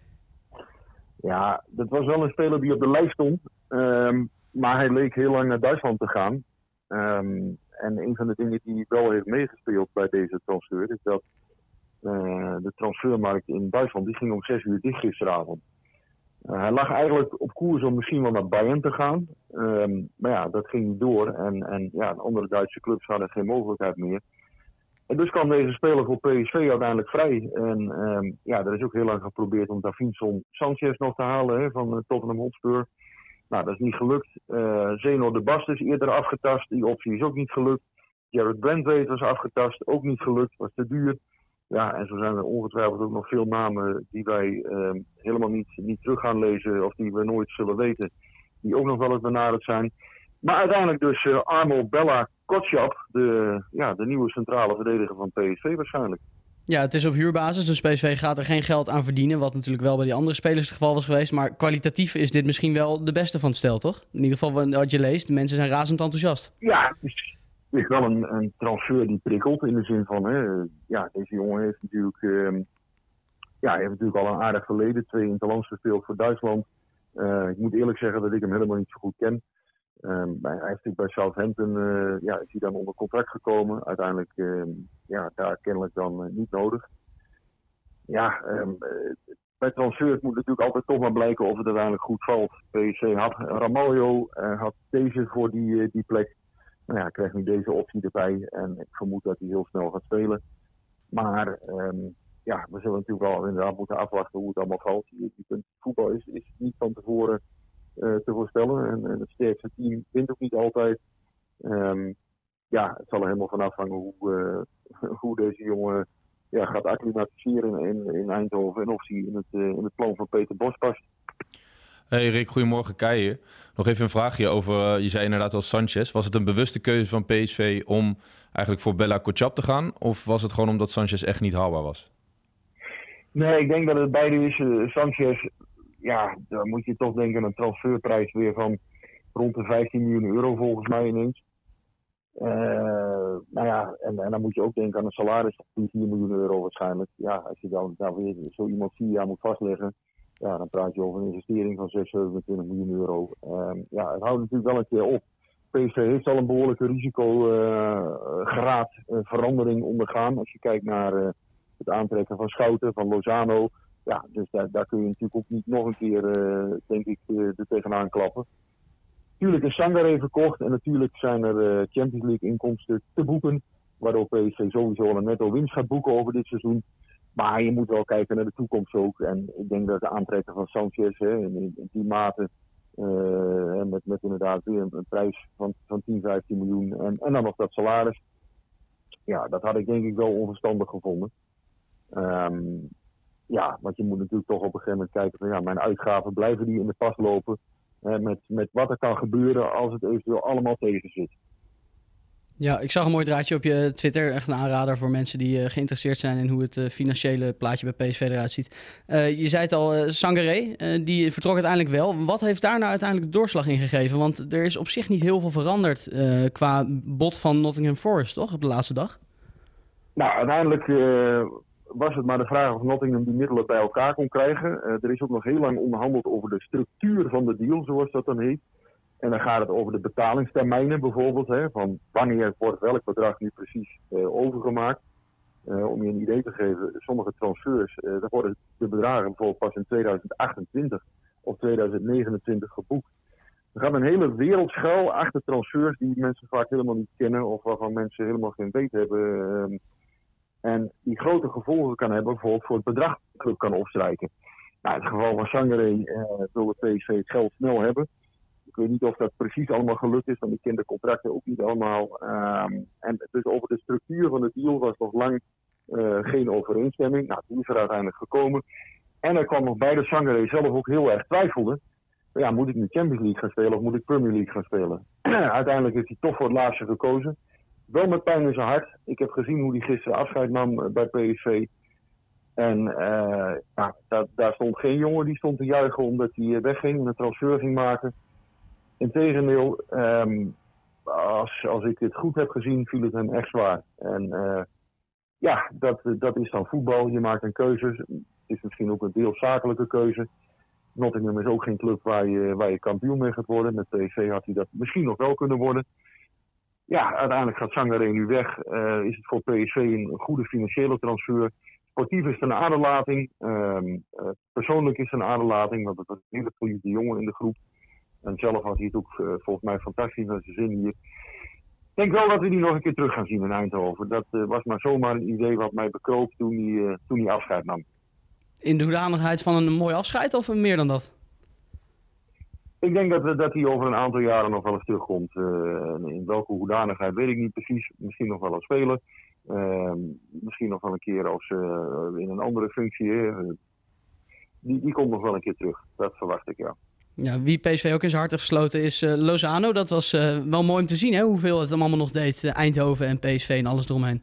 L: Ja, dat was wel een speler die op de lijst stond. Um, maar hij leek heel lang naar Duitsland te gaan. Um, en een van de dingen die wel heeft meegespeeld bij deze transfer is dat uh, de transfermarkt in Duitsland die ging om zes uur dicht gisteravond. Uh, hij lag eigenlijk op koers om misschien wel naar Bayern te gaan. Um, maar ja, dat ging niet door. En, en ja, de andere Duitse clubs hadden geen mogelijkheid meer. En dus kwam deze speler voor P S V uiteindelijk vrij. En um, ja, er is ook heel lang geprobeerd om Davinson Sanchez nog te halen hè, van uh, Tottenham Hotspur. Nou, dat is niet gelukt. Uh, Zeno de Bast is eerder afgetast. Die optie is ook niet gelukt. Jared Brandwaite was afgetast. Ook niet gelukt. Was te duur. Ja, en zo zijn er ongetwijfeld ook nog veel namen die wij uh, helemaal niet, niet terug gaan lezen. Of die we nooit zullen weten. Die ook nog wel eens benaderd zijn. Maar uiteindelijk dus uh, Armo Bella Kotschap. De, ja, de nieuwe centrale verdediger van P S V waarschijnlijk.
A: Ja, het is op huurbasis, dus P S V gaat er geen geld aan verdienen. Wat natuurlijk wel bij die andere spelers het geval was geweest. Maar kwalitatief is dit misschien wel de beste van het stel, toch? In ieder geval wat je leest, de mensen zijn razend enthousiast.
L: Ja, het is, het is wel een, een transfer die prikkelt. In de zin van, hè, ja, deze jongen heeft natuurlijk, um, ja, hij heeft natuurlijk al een aardig verleden. Twee interlands gespeeld voor Duitsland. Uh, ik moet eerlijk zeggen dat ik hem helemaal niet zo goed ken. Um, hij heeft natuurlijk bij Southampton uh, ja, is hij dan onder contract gekomen. Uiteindelijk um, ja, daar kennelijk dan uh, niet nodig. Ja, um, uh, bij transfers moet natuurlijk altijd toch maar blijken of het uiteindelijk goed valt. P S V had Ramaljo, uh, had deze voor die, uh, die plek. Nou ja, krijgt nu deze optie erbij en ik vermoed dat hij heel snel gaat spelen. Maar um, ja, we zullen natuurlijk wel inderdaad moeten afwachten hoe het allemaal valt. Je, je kunt, voetbal is, is niet van tevoren Uh, te voorstellen. En, en het sterkste team wint ook niet altijd. Um, ja, het zal er helemaal van afhangen hoe, uh, hoe deze jongen ja, gaat acclimatiseren in, in Eindhoven. En of hij in het, uh, in het plan van Peter Bos past.
H: Hey Rick, goedemorgen, Kai hier. Nog even een vraagje over, uh, je zei inderdaad al Sanchez. Was het een bewuste keuze van P S V om eigenlijk voor Bella Kotschap te gaan? Of was het gewoon omdat Sanchez echt niet haalbaar was?
L: Nee, ik denk dat het beide is. Uh, Sanchez... Ja, dan moet je toch denken aan een transferprijs weer van rond de vijftien miljoen euro volgens mij ineens. Uh, nou ja, en, en dan moet je ook denken aan een salaris van vier miljoen euro waarschijnlijk. Ja, als je dan, dan weer zo iemand vier jaar moet vastleggen, ja, dan praat je over een investering van zes, zevenentwintig miljoen euro. Uh, ja, het houdt natuurlijk wel een keer op. P S V heeft al een behoorlijke risicograad uh, uh, verandering ondergaan. Als je kijkt naar uh, het aantrekken van Schouten, van Lozano. Ja, dus daar, daar kun je natuurlijk ook niet nog een keer, uh, denk ik, uh, er tegenaan klappen. Natuurlijk is Sangaré verkocht en natuurlijk zijn er uh, Champions League inkomsten te boeken. Waardoor P S V sowieso een netto winst gaat boeken over dit seizoen. Maar je moet wel kijken naar de toekomst ook. En ik denk dat de aantrekken van Sanchez hè, in, in die mate, uh, met, met inderdaad weer een, een prijs van, van tien, vijftien miljoen en, en dan nog dat salaris. Ja, dat had ik denk ik wel onverstandig gevonden. Um, Ja, want je moet natuurlijk toch op een gegeven moment kijken van ja, mijn uitgaven blijven die in de pas lopen. Eh, met, met wat er kan gebeuren als het eventueel allemaal tegen zit.
A: Ja, ik zag een mooi draadje op je Twitter. Echt een aanrader voor mensen die uh, geïnteresseerd zijn in hoe het uh, financiële plaatje bij P S V eruit ziet. Uh, je zei het al, uh, Sangaré, uh, die vertrok uiteindelijk wel. Wat heeft daar nou uiteindelijk de doorslag in gegeven? Want er is op zich niet heel veel veranderd uh, qua bod van Nottingham Forest, toch? Op de laatste dag.
L: Nou, uiteindelijk Uh... was het maar de vraag of Nottingham die middelen bij elkaar kon krijgen. Uh, er is ook nog heel lang onderhandeld over de structuur van de deal, zoals dat dan heet. En dan gaat het over de betalingstermijnen bijvoorbeeld. Hè, van wanneer wordt welk bedrag nu precies uh, overgemaakt. Uh, om je een idee te geven, sommige transfers, uh, daar worden de bedragen bijvoorbeeld pas in tweeduizend achtentwintig of tweeduizend negenentwintig geboekt. Er gaat een hele wereld schuil achter transfers die mensen vaak helemaal niet kennen of waarvan mensen helemaal geen weet hebben. Uh, en die grote gevolgen kan hebben, bijvoorbeeld voor het bedrag dat de club kan opstrijken. Nou, in het geval van Sangaré uh, wil de P S V het geld snel hebben. Ik weet niet of dat precies allemaal gelukt is, want ik ken de contracten ook niet allemaal. Um, en dus over de structuur van de deal was nog lang uh, geen overeenstemming. Nou, die is er uiteindelijk gekomen. En er kwam nog bij dat Sangaré zelf ook heel erg twijfelde. Ja, moet ik nu Champions League gaan spelen of moet ik Premier League gaan spelen? Uiteindelijk heeft hij toch voor het laatste gekozen. Wel met pijn in zijn hart. Ik heb gezien hoe hij gisteren afscheid nam bij P S V. En uh, ja, daar, daar stond geen jongen die stond te juichen omdat hij wegging en een transfer ging maken. Integendeel, um, als, als ik het goed heb gezien, viel het hem echt zwaar. En uh, ja, dat, dat is dan voetbal. Je maakt een keuze. Het is misschien ook een deels zakelijke keuze. Nottingham is ook geen club waar je, waar je kampioen mee gaat worden. Met P S V had hij dat misschien nog wel kunnen worden. Ja, uiteindelijk gaat Sangaré nu weg. Uh, is het voor P S V een goede financiële transfer. Sportief is het een aderlating. Um, uh, persoonlijk is het een aderlating, want het was een hele geliefde jongen in de groep. En zelf had hij het ook uh, volgens mij fantastisch naar zijn zin hier. Ik denk wel dat we die nog een keer terug gaan zien in Eindhoven. Dat uh, was maar zomaar een idee wat mij bekroop toen hij, uh, toen hij afscheid nam.
A: In de hoedanigheid van een mooi afscheid of meer dan dat?
L: Ik denk dat, dat hij over een aantal jaren nog wel eens terugkomt. Uh, in welke hoedanigheid weet ik niet precies. Misschien nog wel als speler. Uh, misschien nog wel een keer als uh, in een andere functie. Uh, die, die komt nog wel een keer terug. Dat verwacht ik, ja.
A: Ja, wie P S V ook in zijn hart heeft gesloten is uh, Lozano. Dat was uh, wel mooi om te zien, hè? Hoeveel het hem allemaal nog deed. Uh, Eindhoven en P S V en alles eromheen.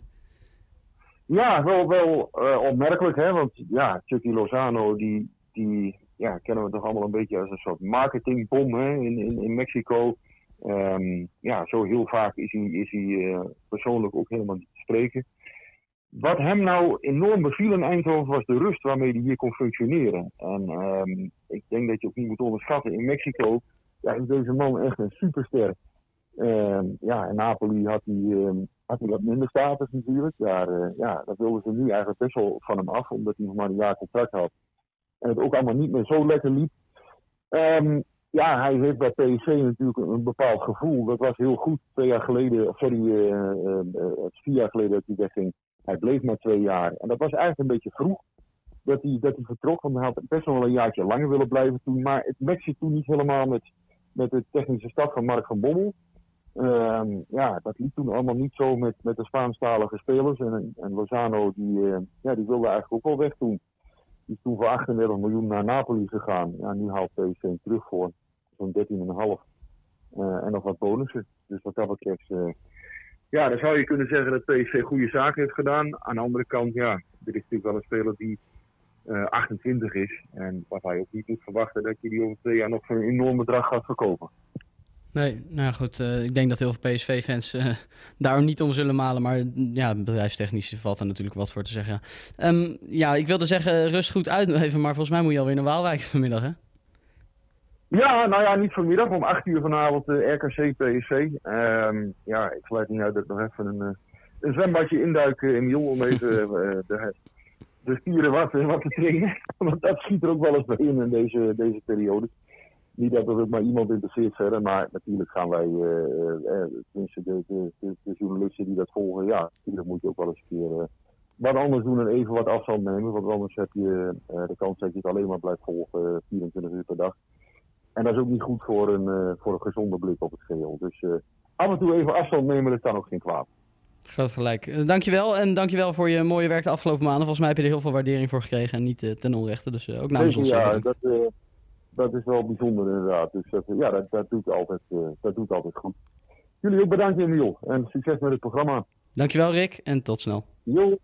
L: Ja, wel, wel uh, opmerkelijk, hè? Want ja, Chucky Lozano, die, die ja, kennen we toch allemaal een beetje als een soort marketingbom, hè? In, in, in Mexico. Um, ja, zo heel vaak is hij, is hij uh, persoonlijk ook helemaal niet te spreken. Wat hem nou enorm beviel in Eindhoven was de rust waarmee hij hier kon functioneren. En um, ik denk dat je ook niet moet onderschatten. In Mexico ja, is deze man echt een superster. Um, ja, in Napoli had hij, um, had hij wat minder status natuurlijk. Ja, uh, ja, dat wilden ze nu eigenlijk best wel van hem af, omdat hij nog maar een jaar contract had. En het ook allemaal niet meer zo lekker liep. Um, ja, hij heeft bij P S V natuurlijk een, een bepaald gevoel. Dat was heel goed. Twee jaar geleden, sorry, uh, uh, uh, vier jaar geleden dat hij wegging. Hij bleef maar twee jaar. En dat was eigenlijk een beetje vroeg dat hij, dat hij vertrok. Want hij had best wel een jaartje langer willen blijven toen. Maar het matchte toen niet helemaal met, met de technische staf van Mark van Bommel. Um, ja, dat liep toen allemaal niet zo met, met de Spaanstalige spelers. En, en Lozano, die, uh, ja, die wilde eigenlijk ook wel weg toen. Die is toen voor achtendertig miljoen naar Napoli gegaan. Ja, nu haalt P S V hem terug voor zo'n dertien komma vijf. Uh, en nog wat bonussen. Dus wat dat betreft... Uh, Ja, dan zou je kunnen zeggen dat P S V goede zaken heeft gedaan. Aan de andere kant, ja, dit is natuurlijk wel een speler die uh, achtentwintig is. En wat hij ook niet moet verwachten dat je die over twee jaar nog voor een enorm bedrag gaat verkopen.
A: Nee, nou goed, uh, ik denk dat heel veel P S V-fans uh, daar niet om zullen malen. Maar ja, bedrijfstechnisch valt er natuurlijk wat voor te zeggen. Ja, um, ja ik wilde zeggen, rust goed uit even, maar volgens mij moet je alweer naar Waalwijk vanmiddag, hè?
L: Ja, nou ja, niet vanmiddag. Om acht uur vanavond uh, R K C P S V. Um, ja, ik sluit niet uit dat ik nog even een, uh, een zwembadje induiken, Emiel, om even uh, de, de spieren wat, wat te trainen. Want dat schiet er ook wel eens bij in in deze, deze periode. Niet dat er ook maar iemand interesseert verder, maar natuurlijk gaan wij, uh, uh, tenminste de, de, de, de journalisten die dat volgen, ja, natuurlijk moet je ook wel eens een keer uh, wat anders doen en even wat afstand nemen. Want anders heb je uh, de kans dat je het alleen maar blijft volgen uh, vierentwintig uur per dag. En dat is ook niet goed voor een, uh, voor een gezonde blik op het geheel. Dus uh, af en toe even afstand nemen, dat kan ook geen kwaad.
A: Groot gelijk. Uh, dankjewel en dankjewel voor je mooie werk de afgelopen maanden. Volgens mij heb je er heel veel waardering voor gekregen en niet uh, ten onrechte. Dus uh, ook namens ons.
L: Ja, dat, uh, dat is wel bijzonder inderdaad. Dus dat, uh, ja, dat, dat, doet altijd, uh, dat doet altijd goed. Jullie ook bedankt, Emiel. En succes met het programma.
A: Dankjewel, Rick. En tot snel.
L: Jo.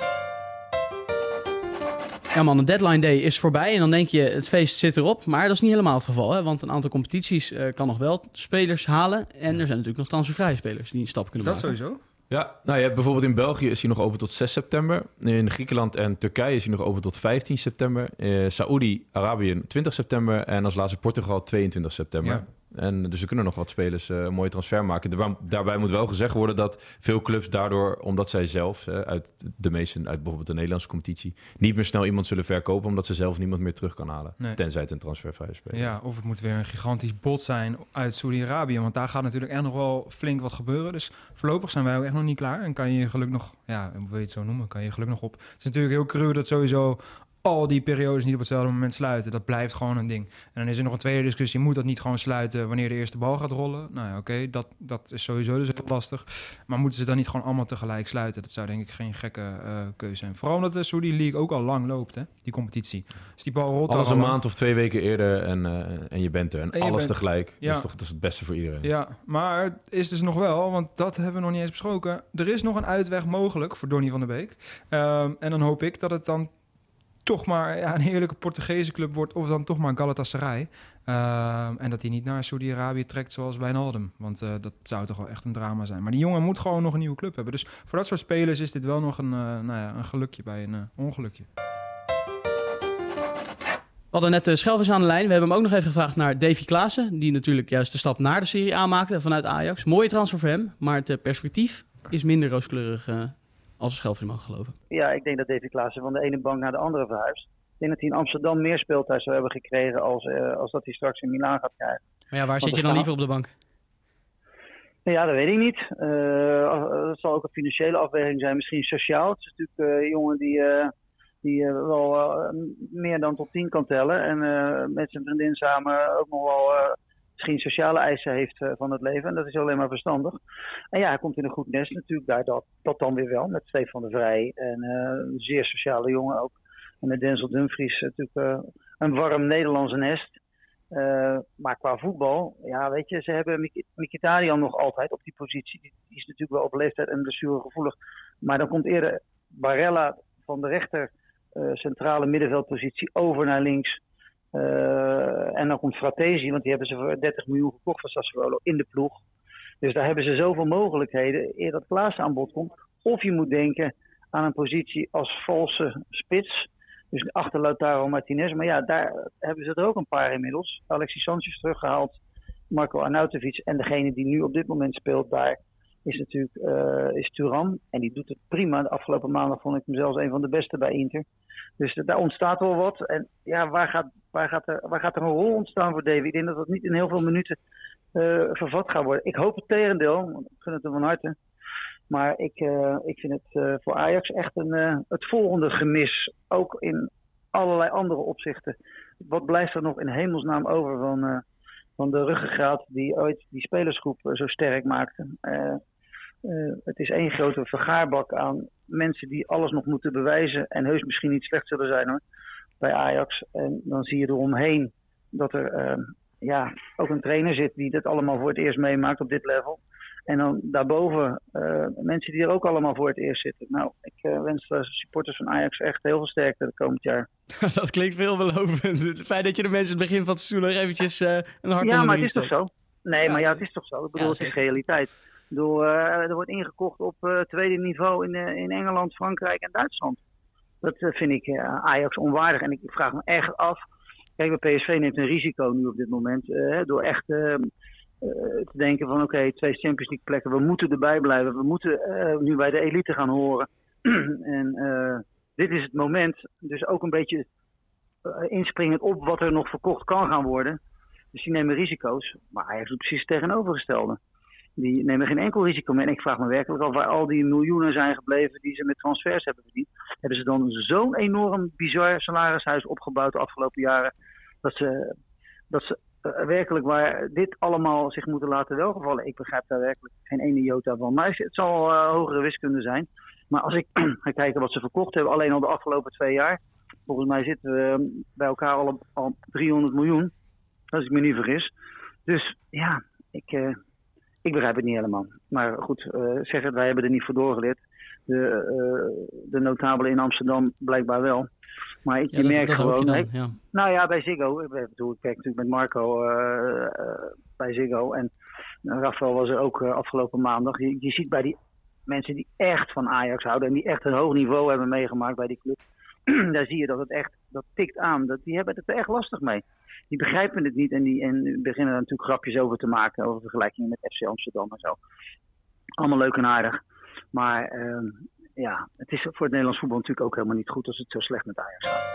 A: Ja man, de deadline day is voorbij en dan denk je het feest zit erop. Maar dat is niet helemaal het geval, hè? Want een aantal competities uh, kan nog wel spelers halen. En er zijn natuurlijk nog transfervrije spelers die een stap kunnen
G: dat
A: maken.
G: Dat sowieso.
H: Ja, nou je hebt bijvoorbeeld in België is hij nog open tot zes september. In Griekenland en Turkije is hij nog open tot vijftien september. Uh, Saoedi-Arabië twintig september. En als laatste Portugal tweeëntwintig september.
G: Ja.
H: En dus er kunnen nog wat spelers uh, een mooie transfer maken. Daar, daarbij moet wel gezegd worden dat veel clubs daardoor, omdat zij zelf uh, uit de meeste, uit bijvoorbeeld de Nederlandse competitie, niet meer snel iemand zullen verkopen, omdat ze zelf niemand meer terug kan halen. Nee. Tenzij het een transfervrije speler.
G: Ja, of het moet weer een gigantisch bod zijn uit Saudi-Arabië. Want daar gaat natuurlijk echt nog wel flink wat gebeuren. Dus voorlopig zijn wij ook echt nog niet klaar. En kan je je geluk nog, ja, hoe wil je het zo noemen, kan je je geluk nog op. Het is natuurlijk heel cru dat sowieso al die periodes niet op hetzelfde moment sluiten. Dat blijft gewoon een ding. En dan is er nog een tweede discussie. Moet dat niet gewoon sluiten wanneer de eerste bal gaat rollen? Nou ja, oké, okay, dat, dat is sowieso dus heel lastig. Maar moeten ze dan niet gewoon allemaal tegelijk sluiten? Dat zou denk ik geen gekke uh, keuze zijn. Vooral omdat de Saudi League ook al lang loopt, hè, die competitie. Dus die bal rolt
H: alles
G: al
H: een
G: lang.
H: maand of twee weken eerder en, uh, en je bent er. En, en alles bent... tegelijk.
G: Ja.
H: Dat, is toch, dat is het beste voor iedereen.
G: Ja, maar het is dus nog wel, want dat hebben we nog niet eens besproken. Er is nog een uitweg mogelijk voor Donny van der Beek. Um, en dan hoop ik dat het dan toch maar ja, een heerlijke Portugese club wordt, of dan toch maar Galatasaray. Uh, en dat hij niet naar Saudi-Arabië trekt zoals Wijnaldum. Want uh, dat zou toch wel echt een drama zijn. Maar die jongen moet gewoon nog een nieuwe club hebben. Dus voor dat soort spelers is dit wel nog een, uh, nou ja, een gelukje bij een uh, ongelukje.
A: We hadden net de Schelvis aan de lijn. We hebben hem ook nog even gevraagd naar Davy Klaassen, die natuurlijk juist de stap naar de Serie A maakte vanuit Ajax. Mooie transfer voor hem, maar het uh, perspectief is minder rooskleurig uh, als we Schelvis mogen geloven.
K: Ja, ik denk dat Davy Klaassen van de ene bank naar de andere verhuist. Ik denk dat hij in Amsterdam meer speeltijd zou hebben gekregen als, uh, als dat hij straks in Milaan gaat krijgen.
A: Maar ja, waar zit je dan liever op de bank?
K: Ja, dat weet ik niet. Uh, het zal ook een financiële afweging zijn, misschien sociaal. Het is natuurlijk uh, een jongen die, uh, die uh, wel uh, meer dan tot tien kan tellen. En uh, met zijn vriendin samen ook nog wel uh, misschien sociale eisen heeft uh, van het leven. En dat is alleen maar verstandig. En ja, hij komt in een goed nest natuurlijk daar, dat, dat dan weer wel. Met Stefan de Vrij en uh, een zeer sociale jongen ook. En met Denzel Dumfries natuurlijk uh, een warm Nederlandse nest. Uh, maar qua voetbal, ja weet je, ze hebben Mik- Mkhitaryan nog altijd op die positie. Die, die is natuurlijk wel op leeftijd en blessuregevoelig. Maar dan komt eerder Barella van de rechter uh, centrale middenveldpositie over naar links. Uh, en dan komt Fratesi, want die hebben ze voor dertig miljoen gekocht van Sassuolo in de ploeg. Dus daar hebben ze zoveel mogelijkheden eer dat Klaassen aan bod komt. Of je moet denken aan een positie als valse spits. Dus achter Lautaro Martinez. Maar ja, daar hebben ze er ook een paar inmiddels. Alexis Sanchez teruggehaald. Marco Arnautovic. En degene die nu op dit moment speelt daar is natuurlijk uh, is Thuram. En die doet het prima. De afgelopen maanden vond ik hem zelfs een van de beste bij Inter. Dus daar ontstaat wel wat. En ja, waar gaat, waar gaat, er, waar gaat er een rol ontstaan voor Davy? Ik denk dat dat niet in heel veel minuten uh, vervat gaat worden. Ik hoop het tegendeel. Want ik vind het hem van harte. Maar ik, uh, ik vind het uh, voor Ajax echt een, uh, het volgende gemis. Ook in allerlei andere opzichten. Wat blijft er nog in hemelsnaam over van, uh, van de ruggengraat die ooit die spelersgroep uh, zo sterk maakte. Uh, uh, het is één grote vergaarbak aan mensen die alles nog moeten bewijzen. En heus misschien niet slecht zullen zijn hoor, bij Ajax. En dan zie je eromheen dat er uh, ja, ook een trainer zit die dit allemaal voor het eerst meemaakt op dit level. En dan daarboven uh, mensen die er ook allemaal voor het eerst zitten. Nou, ik uh, wens de supporters van Ajax echt heel veel sterkte de komend jaar.
A: Dat klinkt veelbelovend. Het feit dat je de mensen in het begin van het seizoen nog eventjes uh, een hart
K: Ja,
A: onder
K: maar
A: de
K: het is toch zo? Nee,
A: ja,
K: maar ja, het is toch zo? Ik bedoel,
A: ja,
K: het is realiteit. Ik bedoel, uh, er wordt ingekocht op uh, tweede niveau in, uh, in Engeland, Frankrijk en Duitsland. Dat uh, vind ik uh, Ajax onwaardig. En ik vraag me echt af. Kijk, bij P S V neemt een risico nu op dit moment. Uh, door echt... Uh, Uh, te denken van oké, okay, twee Champions League plekken, we moeten erbij blijven. We moeten uh, nu bij de elite gaan horen. en uh, dit is het moment. Dus ook een beetje uh, inspringend op wat er nog verkocht kan gaan worden. Dus die nemen risico's. Maar Ajax doet precies het tegenovergestelde. Die nemen geen enkel risico meer. En ik vraag me werkelijk af waar al die miljoenen zijn gebleven die ze met transfers hebben verdiend. Hebben ze dan zo'n enorm bizar salarishuis opgebouwd de afgelopen jaren. Dat ze... Dat ze Uh, werkelijk waar dit allemaal zich moeten laten welgevallen. Ik begrijp daar werkelijk geen ene jota van. Maar het zal uh, hogere wiskunde zijn. Maar als ik ga kijken wat ze verkocht hebben, alleen al de afgelopen twee jaar. Volgens mij zitten we uh, bij elkaar al op al driehonderd miljoen. Als ik me niet vergis. Dus ja, ik, uh, ik begrijp het niet helemaal. Maar goed, uh, zeg het, wij hebben er niet voor doorgeleerd. De, uh, de notabelen in Amsterdam blijkbaar wel. Maar ik
A: ja, dat,
K: merk
A: dat
K: gewoon...
A: dan,
K: ik,
A: ja.
K: Nou ja, bij Ziggo. Ik, bedoel, ik kijk natuurlijk met Marco uh, uh, bij Ziggo. En uh, Rafael was er ook uh, afgelopen maandag. Je, je ziet bij die mensen die echt van Ajax houden... en die echt een hoog niveau hebben meegemaakt bij die club... daar zie je dat het echt, dat tikt aan. Dat, die hebben het er echt lastig mee. Die begrijpen het niet en die en beginnen er natuurlijk grapjes over te maken. Over vergelijkingen met F C Amsterdam en zo. Allemaal leuk en aardig. Maar uh, ja, het is voor het Nederlands voetbal natuurlijk ook helemaal niet goed als het zo slecht met Ajax gaat.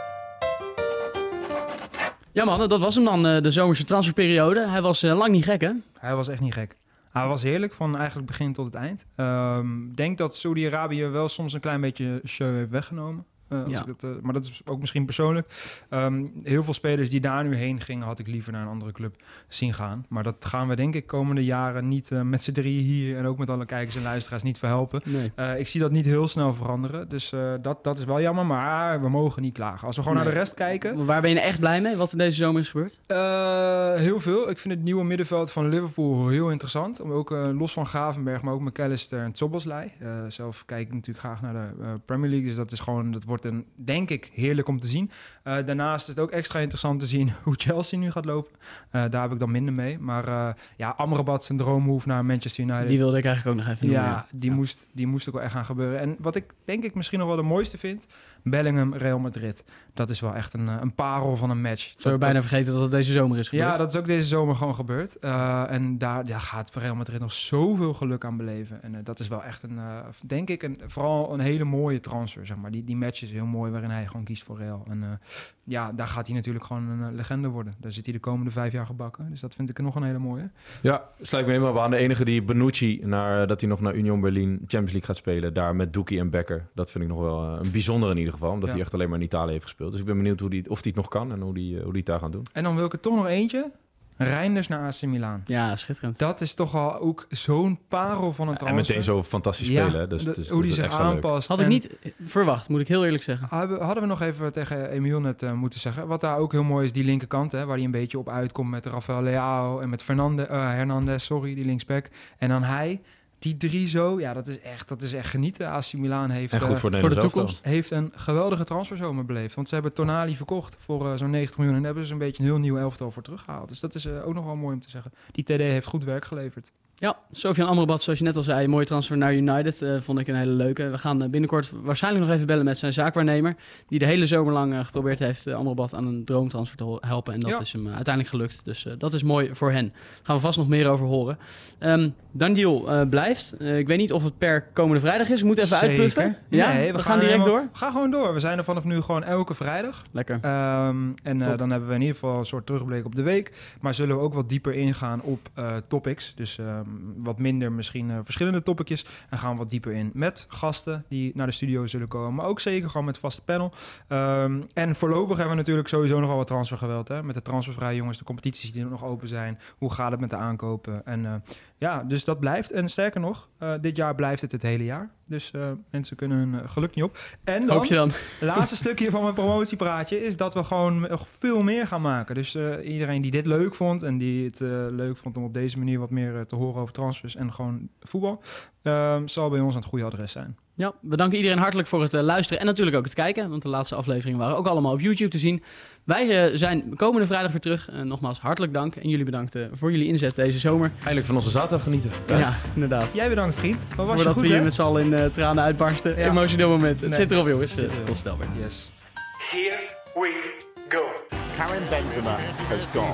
A: Ja mannen, dat was hem dan, de zomerse transferperiode. Hij was uh, lang niet gek, hè?
G: Hij was echt niet gek. Hij was heerlijk, van eigenlijk begin tot het eind. Ik um, denk dat Saudi-Arabië wel soms een klein beetje show heeft weggenomen. Uh, als
A: ja.
G: ik het, uh, maar dat is ook misschien persoonlijk. Um, heel veel spelers die daar nu heen gingen, had ik liever naar een andere club zien gaan. Maar dat gaan we denk ik komende jaren niet uh, met z'n drieën hier en ook met alle kijkers en luisteraars niet verhelpen.
A: Nee.
G: Uh, ik zie dat niet heel snel veranderen. Dus uh, dat, dat is wel jammer, maar we mogen niet klagen. Als we gewoon nee. naar de rest kijken.
A: Waar ben je echt blij mee, wat er deze zomer is gebeurd?
G: Uh, heel veel. Ik vind het nieuwe middenveld van Liverpool heel interessant. Ook uh, los van Gravenberg, maar ook McAllister en Szoboszlai. Uh, zelf kijk ik natuurlijk graag naar de uh, Premier League. Dus dat is gewoon, dat wordt een, denk ik, heerlijk om te zien. Uh, daarnaast is het ook extra interessant te zien hoe Chelsea nu gaat lopen. Uh, daar heb ik dan minder mee. Maar uh, ja, Amrabat zijn droomhoef naar Manchester United.
A: Die wilde ik eigenlijk ook nog even
G: ja,
A: noemen. Ja,
G: die,
A: ja.
G: Moest, die moest ook wel echt gaan gebeuren. En wat ik denk ik misschien nog wel de mooiste vind, Bellingham, Real Madrid. Dat is wel echt een, een parel van een match.
A: Zou je bijna dat, vergeten dat het deze zomer is gebeurd?
G: Ja, dat is ook deze zomer gewoon gebeurd. Uh, en daar ja, gaat Real Madrid nog zoveel geluk aan beleven. En uh, dat is wel echt een, uh, denk ik, een, vooral een hele mooie transfer. Zeg maar. Die, die match is heel mooi, waarin hij gewoon kiest voor Real. En uh, ja, daar gaat hij natuurlijk gewoon een uh, legende worden. Daar zit hij de komende vijf jaar gebakken. Dus dat vind ik nog een hele mooie.
H: Ja, sluit me helemaal aan. De enige die Bonucci, naar, dat hij nog naar Union Berlin Champions League gaat spelen. Daar met Doekie en Becker. Dat vind ik nog wel uh, een bijzonder in ieder geval. Omdat ja. hij echt alleen maar in Italië heeft gespeeld. Dus ik ben benieuwd hoe die, of hij het nog kan en hoe die, uh, hoe die het daar gaan doen.
G: En dan wil ik er toch nog eentje. Reinders naar A C Milan.
A: Ja, schitterend.
G: Dat is toch al ook zo'n parel van een transfer.
H: En meteen zo fantastisch spelen. Ja, dus,
G: de,
H: dus,
G: hoe
H: dus
G: die zich aanpast.
A: Had ik niet verwacht, moet ik heel eerlijk zeggen.
G: Hadden we nog even tegen Emiel net uh, moeten zeggen. Wat daar ook heel mooi is, die linkerkant. Hè, waar hij een beetje op uitkomt met Rafael Leao en met Fernande, uh, Hernandez, sorry, die linksback. En dan hij... Die drie zo, ja, dat is echt, dat is echt genieten. A C Milan heeft,
H: en goed
G: uh,
H: voor,
G: voor de toekomst heeft een geweldige transferzomer beleefd. Want ze hebben Tonali verkocht voor uh, zo'n negentig miljoen. En daar hebben ze een beetje een heel nieuw elftal voor teruggehaald. Dus dat is uh, ook nog wel mooi om te zeggen. Die T D heeft goed werk geleverd.
A: Ja, Sofian Amrabat, zoals je net al zei, mooie transfer naar United. Uh, vond ik een hele leuke. We gaan uh, binnenkort waarschijnlijk nog even bellen met zijn zaakwaarnemer. Die de hele zomer lang uh, geprobeerd heeft uh, Amrabat aan een droomtransfer te helpen. En dat ja. is hem uh, uiteindelijk gelukt. Dus uh, dat is mooi voor hen. Daar gaan we vast nog meer over horen. Um, Dandiel uh, blijft. Uh, ik weet niet of het per komende vrijdag is. We moeten even
G: Zeker.
A: uitpuffen. Ja?
G: Nee, we,
A: we
G: gaan,
A: gaan direct
G: helemaal,
A: door.
G: We gaan gewoon door. We zijn er vanaf nu gewoon elke vrijdag.
A: Lekker.
G: Um, en uh, dan hebben we in ieder geval een soort terugblik op de week. Maar zullen we ook wat dieper ingaan op uh, topics. Dus um, wat minder misschien uh, verschillende topicjes. En gaan we wat dieper in met gasten die naar de studio zullen komen. Maar ook zeker gewoon met vaste panel. Um, en voorlopig hebben we natuurlijk sowieso nog wel wat transfergeweld. Hè? Met de transfervrije jongens, de competities die nog open zijn. Hoe gaat het met de aankopen? En uh, ja, dus dat blijft. En sterker nog, uh, dit jaar blijft het het hele jaar. Dus uh, mensen kunnen hun uh, geluk niet op. En dan,
A: hoop je dan?
G: Het laatste stukje van mijn promotiepraatje is dat we gewoon nog veel meer gaan maken. Dus uh, iedereen die dit leuk vond en die het uh, leuk vond om op deze manier wat meer uh, te horen over transfers en gewoon voetbal, uh, zal bij ons aan het goede adres zijn.
A: Ja, we danken iedereen hartelijk voor het uh, luisteren en natuurlijk ook het kijken, want de laatste afleveringen waren ook allemaal op YouTube te zien. Wij uh, zijn komende vrijdag weer terug. Uh, nogmaals hartelijk dank en jullie bedankt uh, voor jullie inzet deze zomer.
H: Eindelijk van onze zaterdag genieten.
A: Ja, ja inderdaad.
G: Jij bedankt, vriend. Wat was
A: Voordat
G: je goed,
A: we hier
G: hè?
A: met z'n allen in uh, tranen uitbarsten. Ja. Emotioneel moment. Het nee. zit erop, jongens. Uh, tot snel weer.
G: Yes.
B: Here we go.
C: Karim Benzema has gone.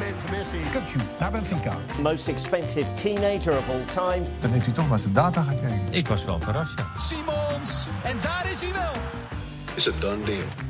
D: Kukçu naar Benfica.
E: Most expensive teenager of all time.
F: Dan heeft hij toch maar zijn data gekeken.
D: Ik was wel verrast, ja. Simons, en daar is hij wel.
B: Is a done deal.